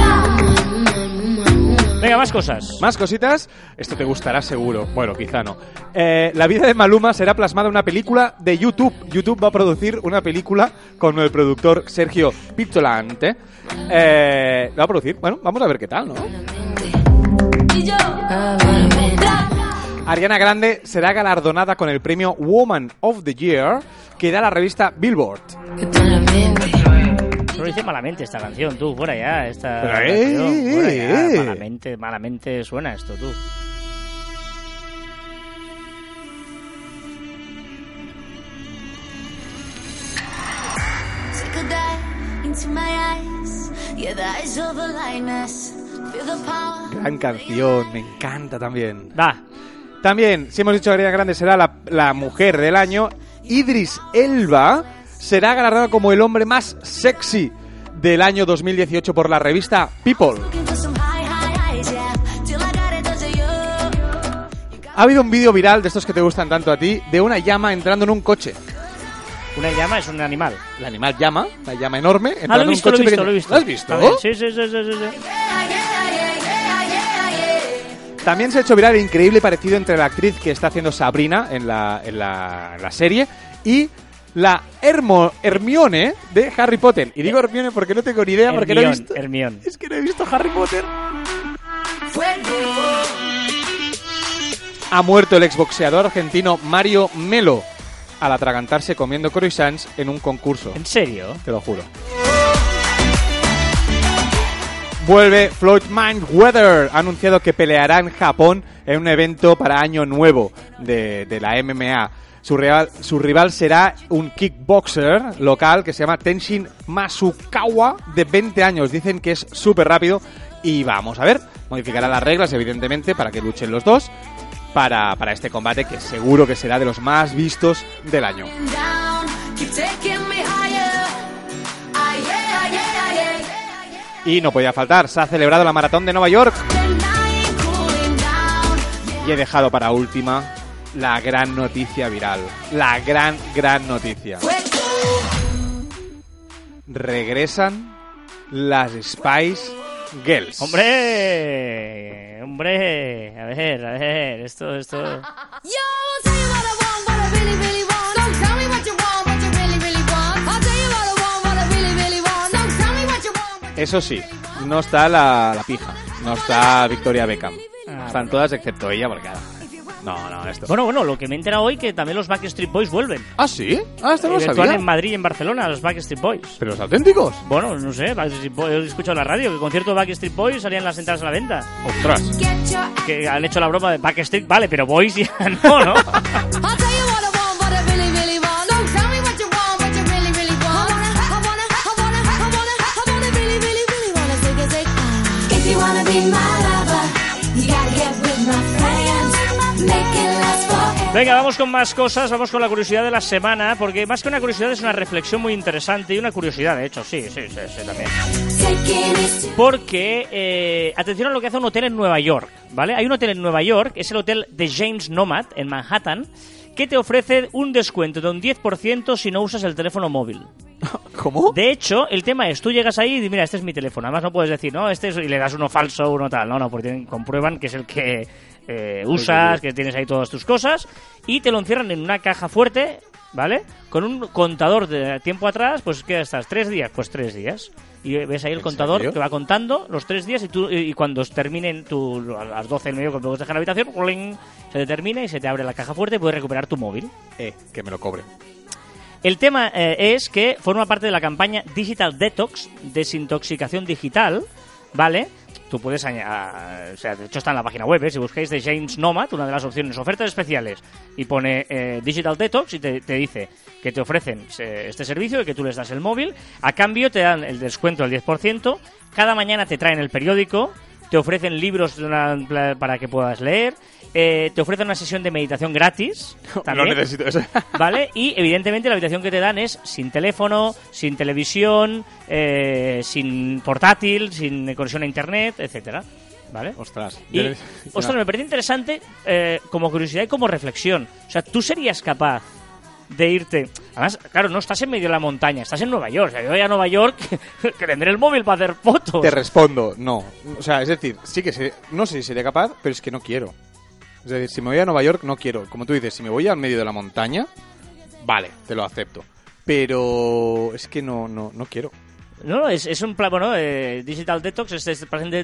Venga, más cosas. Más cositas. Esto te gustará seguro. Bueno, quizá no. La vida de Maluma será plasmada en una película de YouTube. YouTube va a producir una película con el productor Sergio Pizzolante. La va a producir. Bueno, vamos a ver qué tal, ¿no? Ariana Grande será galardonada con el premio Woman of the Year que da la revista Billboard. No lo dice malamente esta canción, tú, fuera ya. Esta pero, fuera ya. Malamente suena esto, tú. Gran canción, me encanta también. Va. También, si hemos dicho que Ariana Grande será la mujer del año, Idris Elba será galardonado como el hombre más sexy del año 2018 por la revista People. Ha habido un vídeo viral de estos que te gustan tanto a ti, de una llama entrando en un coche. Una llama es un animal. El animal llama, la llama enorme, entrando en un coche pequeño. Lo he visto. ¿Lo has visto? Sí. También se ha hecho viral el increíble parecido entre la actriz que está haciendo Sabrina en la serie y la Hermione de Harry Potter. Y digo Hermione porque no tengo ni idea, porque no he visto... Hermione. Es que no he visto Harry Potter. Ha muerto el exboxeador argentino Mario Melo al atragantarse comiendo croissants en un concurso. ¿En serio? Te lo juro. Vuelve Floyd Mayweather. Ha anunciado que peleará en Japón en un evento para Año Nuevo de la MMA. Su rival será un kickboxer local que se llama Tenshin Masukawa, de 20 años. Dicen que es súper rápido y vamos a ver. Modificará las reglas, evidentemente, para que luchen los dos para este combate, que seguro que será de los más vistos del año. Y no podía faltar, se ha celebrado la Maratón de Nueva York. Y he dejado para última la gran noticia viral. La gran noticia. Regresan las Spice Girls. ¡Hombre! A ver, esto... Eso sí, no está la pija, no está Victoria Beckham. Están todas excepto ella, porque... No, esto... Bueno, lo que me he enterado hoy que también los Backstreet Boys vuelven. ¿Ah, sí? Ah, esto no lo sabía. En Madrid y en Barcelona, los Backstreet Boys. ¿Pero los auténticos? Bueno, no sé, Backstreet Boys, he escuchado en la radio que el concierto de Backstreet Boys salían las entradas a la venta. ¡Ostras! Que han hecho la broma de Backstreet, vale, pero Boys ya ¿no? Venga, vamos con más cosas, vamos con la curiosidad de la semana, porque más que una curiosidad es una reflexión muy interesante y una curiosidad, de hecho, sí, también. Porque, atención a lo que hace un hotel en Nueva York, ¿vale? Hay un hotel en Nueva York, es el hotel The James Nomad, en Manhattan, que te ofrece un descuento de un 10% si no usas el teléfono móvil. ¿Cómo? De hecho, el tema es, tú llegas ahí y dices, mira, este es mi teléfono. Además no puedes decir, no, este es... y le das uno falso, uno tal. No, porque comprueban que es el que usas, que tienes ahí todas tus cosas, y te lo encierran en una caja fuerte, ¿vale? Con un contador de tiempo atrás, pues ¿qué estás? 3 días, pues 3 días. Y ves ahí el contador que va contando los 3 días y cuando terminen a las 12 del mediodía, cuando puedes dejar la habitación, ¡pling!, se determina y se te abre la caja fuerte y puedes recuperar tu móvil. Que me lo cobre. El tema es que forma parte de la campaña Digital Detox, desintoxicación digital, ¿vale? Tú puedes añadir, o sea, de hecho está en la página web, si buscáis The James Nomad, una de las opciones, ofertas especiales, y pone Digital Detox y te dice que te ofrecen este servicio y que tú les das el móvil, a cambio te dan el descuento del 10%, cada mañana te traen el periódico, te ofrecen libros para que puedas leer, te ofrecen una sesión de meditación gratis. También, no necesito eso. ¿Vale? Y evidentemente la habitación que te dan es sin teléfono, sin televisión, sin portátil, sin conexión a internet, etcétera. ¿Vale? Ostras. Me parece interesante como curiosidad y como reflexión. O sea, ¿tú serías capaz de irte? Además, claro, no estás en medio de la montaña, estás en Nueva York. O sea, yo voy a Nueva York que tendré el móvil para hacer fotos. Te respondo, no. O sea, es decir, sí que no sé si sería capaz, pero es que no quiero. Es decir, si me voy a Nueva York, no quiero. Como tú dices, si me voy al medio de la montaña, vale, te lo acepto. Pero es que no quiero. No, es un plan, bueno, Digital Detox, es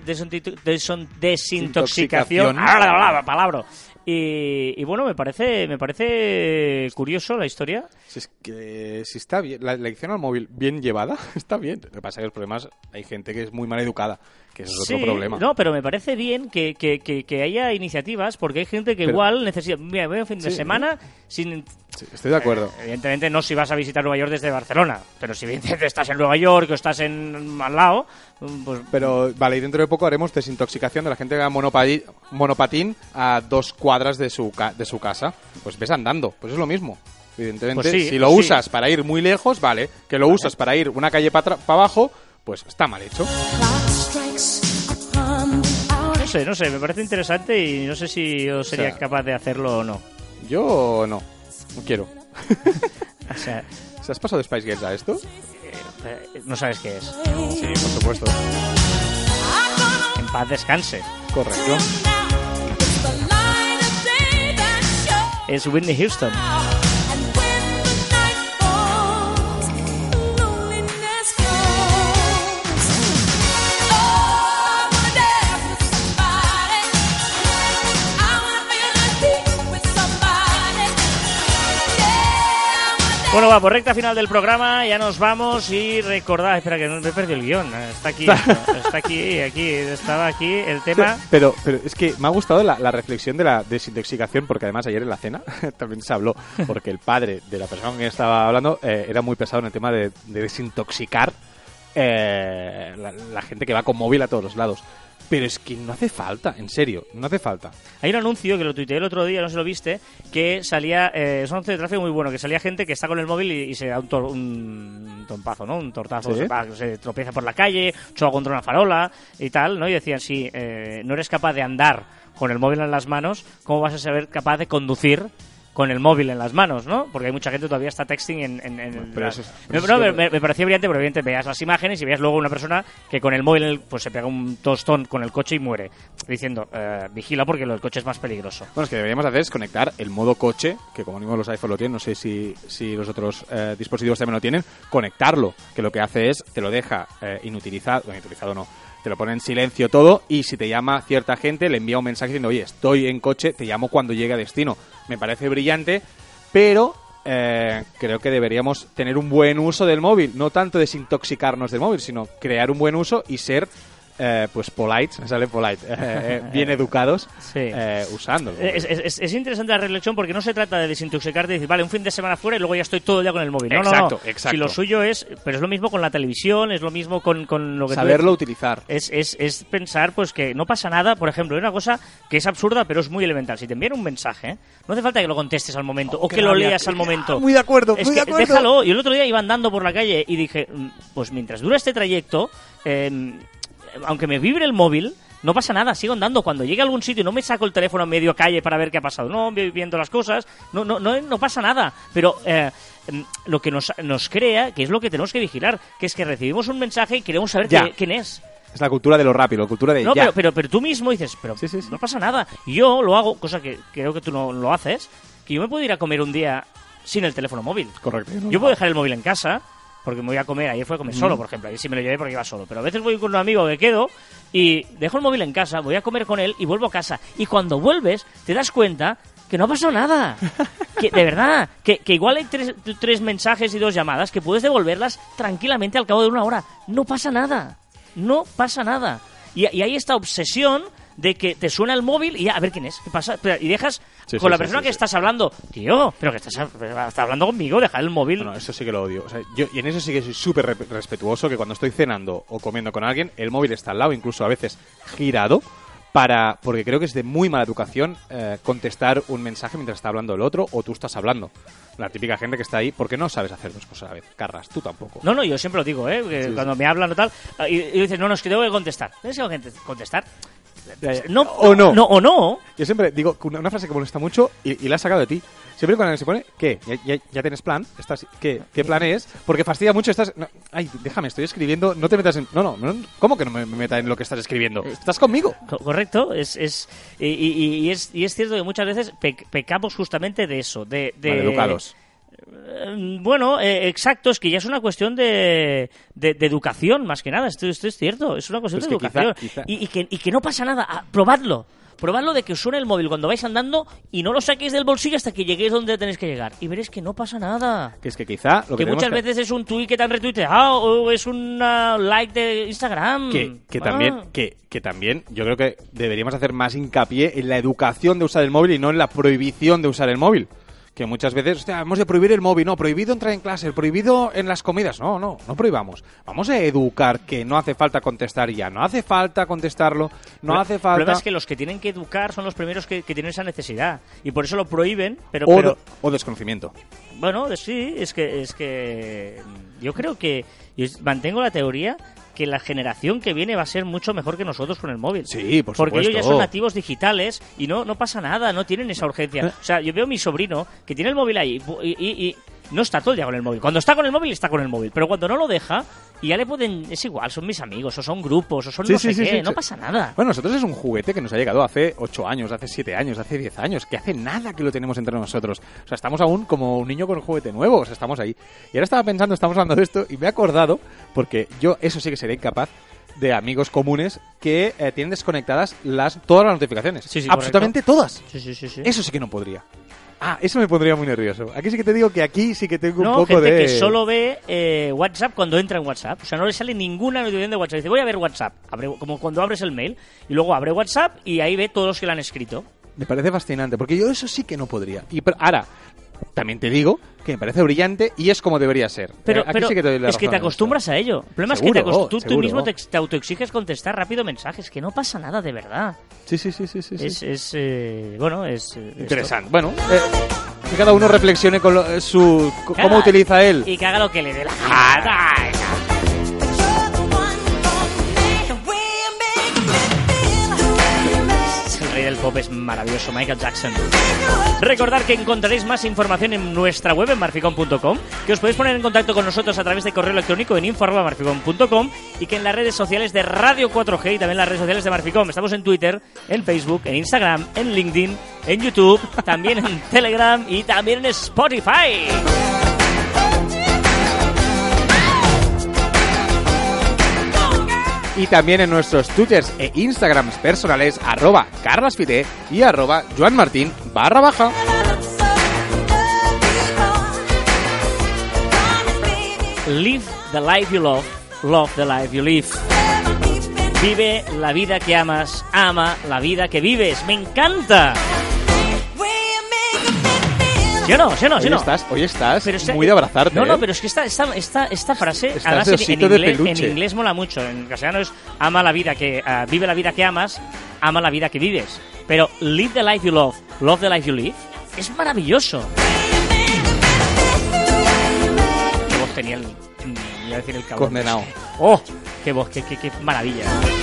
desintoxicación. Palabra. Y bueno, me parece curioso la historia. Si es que si está bien, la elección al móvil bien llevada, está bien. Lo que pasa es que los problemas, hay gente que es muy mal educada, que ese es otro problema. No, pero me parece bien que haya iniciativas, porque hay gente que igual necesita... Mira, voy a un fin de semana sin... Sí, estoy de acuerdo. Evidentemente no si vas a visitar Nueva York desde Barcelona, pero si estás en Nueva York o estás al lado, pues... Pero, vale, y dentro de poco haremos desintoxicación de la gente que va monopatín a 2 cuadras cuadras de su casa. Pues ves andando, pues es lo mismo. Evidentemente, pues sí, si lo usas para ir muy lejos, vale. Que lo usas para ir una calle para abajo, pues está mal hecho. No sé, me parece interesante y no sé si yo sería capaz de hacerlo o no. Yo no quiero. O sea, ¿se has pasado de Spice Girls a esto? No sabes qué es. Sí, por supuesto. En paz descanse. Correcto. Es Whitney Houston. Bueno, va, por recta final del programa, ya nos vamos y recordad... Espera, que no me he perdido el guión. Está aquí, estaba aquí el tema... Pero es que me ha gustado la reflexión de la desintoxicación, porque además ayer en la cena también se habló, porque el padre de la persona con quien estaba hablando era muy pesado en el tema de desintoxicar la gente que va con móvil a todos los lados. Pero es que no hace falta, en serio, no hace falta. Hay un anuncio que lo tuiteé el otro día, no sé si lo viste, que salía, es un anuncio de tráfico muy bueno, que salía gente que está con el móvil y se da un tompazo, ¿no? Un tortazo, ¿sí? Se tropieza por la calle, choca contra una farola y tal, ¿no? Y decían, si no eres capaz de andar con el móvil en las manos, ¿cómo vas a ser capaz de conducir con el móvil en las manos, ¿no? Porque hay mucha gente que todavía está texting en el... Me parecía brillante, pero evidentemente veías las imágenes y veías luego una persona que con el móvil pues se pega un tostón con el coche y muere, diciendo, vigila porque el coche es más peligroso. Bueno, es que deberíamos hacer es conectar el modo coche, que como mismo los iPhone lo tienen, no sé si los otros dispositivos también lo tienen, conectarlo, que lo que hace es, te lo deja inutilizado no, te lo pone en silencio todo y si te llama cierta gente le envía un mensaje diciendo, oye, estoy en coche, te llamo cuando llegue a destino. Me parece brillante, pero creo que deberíamos tener un buen uso del móvil, no tanto desintoxicarnos del móvil, sino crear un buen uso y ser pues polite, me sale polite, bien educados, sí. Usándolo. Es interesante la reflexión porque no se trata de desintoxicarte y decir, vale, un fin de semana fuera y luego ya estoy todo el día con el móvil. Exacto. Si lo suyo es, pero es lo mismo con la televisión, es lo mismo con lo que saberlo utilizar. Es pensar pues que no pasa nada. Por ejemplo, hay una cosa que es absurda pero es muy elemental. Si te envían un mensaje, no hace falta que lo contestes al momento o que lo leas al momento. Muy de acuerdo, déjalo. Yo el otro día iba andando por la calle y dije, pues mientras dura este trayecto, aunque me vibre el móvil, no pasa nada, sigo andando. Cuando llegue a algún sitio no me saco el teléfono a medio calle para ver qué ha pasado. No, viendo las cosas, no pasa nada. Pero lo que nos crea, que es lo que tenemos que vigilar, que es que recibimos un mensaje y queremos saber quién es. Es la cultura de lo rápido, la cultura de ya. Pero tú mismo dices, sí. No pasa nada. Yo lo hago, cosa que creo que tú no lo haces, que yo me puedo ir a comer un día sin el teléfono móvil. Correcto. Yo puedo dejar el móvil en casa, porque me voy a comer, ayer fue a comer solo, por ejemplo, ayer sí me lo llevé porque iba solo, pero a veces voy con un amigo que quedo y dejo el móvil en casa, voy a comer con él y vuelvo a casa, y cuando vuelves te das cuenta que no ha pasado nada, que de verdad, que igual hay tres mensajes y 2 llamadas que puedes devolverlas tranquilamente al cabo de 1 hora, no pasa nada, y hay esta obsesión de que te suena el móvil y ya, a ver quién es, qué pasa, y dejas con la persona que estás hablando, tío, pero que estás hablando conmigo, dejar el móvil. No, eso sí que lo odio. O sea, y en eso sí que soy súper respetuoso, que cuando estoy cenando o comiendo con alguien, el móvil está al lado, incluso a veces girado, porque creo que es de muy mala educación contestar un mensaje mientras está hablando el otro o tú estás hablando. La típica gente que está ahí porque no sabes hacer 2 cosas a la vez. Carras, tú tampoco. No, yo siempre lo digo, que cuando me hablan o tal, y dices, no, es que tengo que contestar. ¿Tienes que contestar? No o no. Yo siempre digo una frase que molesta mucho y la has sacado de ti. Siempre cuando se pone, ¿qué? ¿Ya tienes plan? ¿Qué plan es? Porque fastidia mucho. Ay, déjame, estoy escribiendo, no te metas en... No, ¿cómo que no me meta en lo que estás escribiendo? Estás conmigo. Correcto, y es cierto que muchas veces pecamos justamente de eso, de maleducados. Bueno, exacto, es que ya es una cuestión de educación, más que nada, esto es cierto, es una cuestión de educación. Quizá. Y que no pasa nada, probadlo de que os suene el móvil cuando vais andando y no lo saquéis del bolsillo hasta que lleguéis donde tenéis que llegar y veréis que no pasa nada. Que es que quizá lo que muchas veces es un tweet que te han retuiteado o es un like de Instagram. Que también yo creo que deberíamos hacer más hincapié en la educación de usar el móvil y no en la prohibición de usar el móvil. que muchas veces, hostia, hemos de prohibir el móvil, no, prohibido entrar en clase, prohibido en las comidas, no prohibamos. Vamos a educar que no hace falta contestar ya, no hace falta contestarlo, no hace falta... El problema es que los que tienen que educar son los primeros que tienen esa necesidad, y por eso lo prohíben, pero... O desconocimiento. Bueno, sí, es que yo creo que... Yo mantengo la teoría que la generación que viene va a ser mucho mejor que nosotros con el móvil. Sí, por supuesto. Porque ellos ya son nativos digitales y no pasa nada, no tienen esa urgencia. O sea, yo veo a mi sobrino que tiene el móvil ahí y no está todo el día con el móvil. Cuando está con el móvil, está con el móvil. Pero cuando no lo deja, y ya le pueden... Es igual, son mis amigos, o son grupos, o son no sé qué, no pasa nada. Bueno, nosotros es un juguete que nos ha llegado hace 8 años, hace 7 años, hace 10 años, que hace nada que lo tenemos entre nosotros. O sea, estamos aún como un niño con un juguete nuevo, o sea, estamos ahí. Y ahora estaba pensando, estamos hablando de esto, y me he acordado, porque yo eso sí que sería incapaz, de amigos comunes que tienen desconectadas todas las notificaciones. Sí, absolutamente correcto. Todas. Sí. Eso sí que no podría. Eso me pondría muy nervioso. Aquí sí que te digo que aquí sí que tengo un poco gente de... que solo ve WhatsApp cuando entra en WhatsApp. O sea, no le sale ninguna notificación de WhatsApp. Dice, voy a ver WhatsApp. Como cuando abres el mail. Y luego abre WhatsApp y ahí ve todos los que le han escrito. Me parece fascinante, porque yo eso sí que no podría. Pero ahora, también te digo que me parece brillante y es como debería ser. Pero sí que te doy la es que te razón acostumbras a ello. El problema seguro, es que tú mismo te autoexiges contestar rápido mensajes, que no pasa nada de verdad. Sí. Es interesante. Bueno, que cada uno reflexione con cómo utiliza él. Y que haga lo que le dé la gana. El rey del pop es maravilloso, Michael Jackson. Recordad que encontraréis más información en nuestra web en marficom.com, que os podéis poner en contacto con nosotros a través de correo electrónico en info@marficom.com y que en las redes sociales de Radio 4G y también en las redes sociales de Marficom. Estamos en Twitter, en Facebook, en Instagram, en LinkedIn, en YouTube, también en Telegram y también en Spotify. Y también en nuestros Twitters e Instagrams personales @carlasfite y @joanmartin_. Live the life you love, love the life you live. Vive la vida que amas, ama la vida que vives. ¡Me encanta! ¿Sí o no? Hoy estás muy de abrazarte. No, pero es que esta frase, además en inglés mola mucho. En castellano es vive la vida que amas, ama la vida que vives. Pero live the life you love, love the life you live, es maravilloso. Qué voz tenía iba a decir el cabrón. Condenado. ¡Oh! Qué voz, qué maravilla.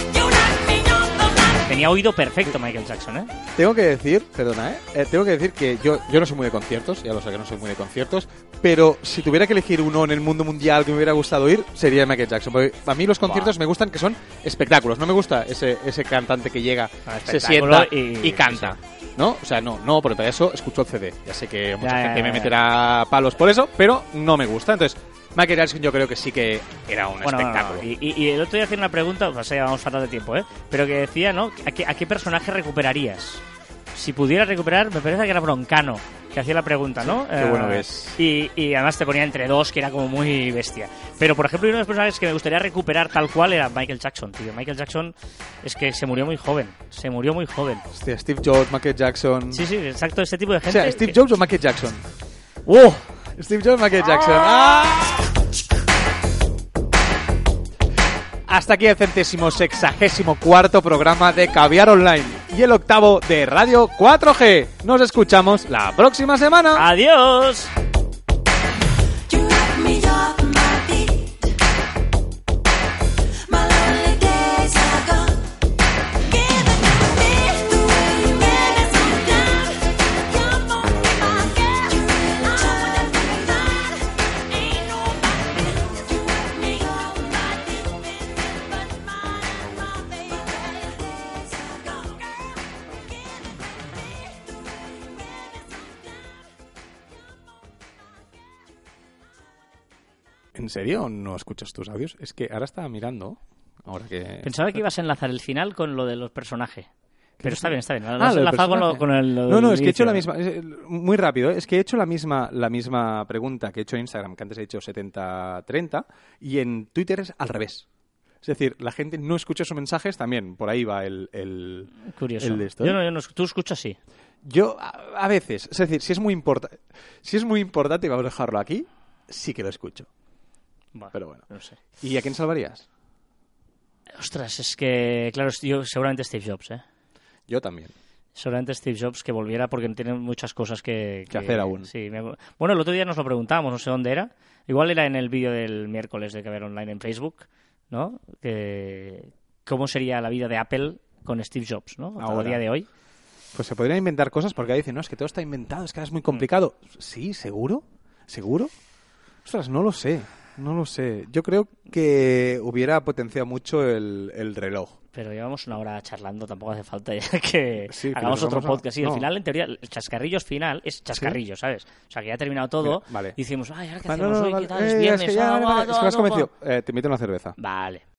Tenía oído perfecto Michael Jackson, ¿eh? Tengo que decir, perdona, tengo que decir que yo no soy muy de conciertos, ya lo sé que no soy muy de conciertos, pero si tuviera que elegir uno en el mundo mundial que me hubiera gustado oír, sería Michael Jackson. Porque a mí los conciertos me gustan que son espectáculos, no me gusta ese cantante que llega, se sienta y canta. ¿No? O sea, no, pero para eso escucho el CD. Ya sé que mucha gente me meterá palos por eso, pero no me gusta. Entonces, Michael Jackson yo creo que sí que era un espectáculo. No. Y el otro día hacía una pregunta, o sea, vamos fatal de tiempo, pero que decía, ¿no? ¿A qué personaje recuperarías? Si pudieras recuperar, me parece que era Broncano, que hacía la pregunta, ¿no? Qué bueno que es. Y además te ponía entre dos, que era como muy bestia. Pero, por ejemplo, uno de los personajes que me gustaría recuperar tal cual era Michael Jackson, tío. Michael Jackson es que se murió muy joven. Hostia, Steve Jobs, Michael Jackson... Sí, exacto, ese tipo de gente. O sea, ¿Steve Jobs o Michael Jackson? ¡Oh! Steve Jobs, Michael Jackson. Hasta aquí el 164º programa de Caviar Online y el 8º de Radio 4G. Nos escuchamos la próxima semana. ¡Adiós! ¿En serio no escuchas tus audios? Es que ahora estaba mirando. Ahora que... Pensaba que ibas a enlazar el final con lo de los personajes. Pero está bien. Lo has enlazado con el No, es que he hecho la misma... Muy rápido, es que he hecho la misma pregunta que he hecho en Instagram, que antes he hecho 70-30, y en Twitter es al revés. Es decir, la gente no escucha sus mensajes, también por ahí va el curioso. El de esto. Yo no, tú escuchas, sí. Yo, a veces, es decir, si es muy importante y vamos a dejarlo aquí, sí que lo escucho. Bueno, pero bueno. No sé. ¿Y a quién salvarías? Ostras, es que, claro, yo seguramente Steve Jobs, ¿eh? Yo también. Seguramente Steve Jobs que volviera porque tiene muchas cosas que hacer aún. Sí, bueno, el otro día nos lo preguntábamos, no sé dónde era. Igual era en el vídeo del miércoles de Caber Online en Facebook, ¿no? ¿Cómo sería la vida de Apple con Steve Jobs, ¿no? A día de hoy. Pues se podrían inventar cosas porque ahí dicen, no, es que todo está inventado, es que ahora es muy complicado. Sí, ¿seguro? ¿Seguro? Ostras, no lo sé. Yo creo que hubiera potenciado mucho el reloj. Pero llevamos una hora charlando, tampoco hace falta ya que hagamos otro podcast. Sí, al final, en teoría, el chascarrillos final es chascarrillo, ¿sabes? O sea, que ya ha terminado todo. Mira, vale. Y decimos, ay, ¿ahora qué hacemos hoy? ¿Qué tal? Es viernes. Es que me has convencido. Te invito a una cerveza. Vale.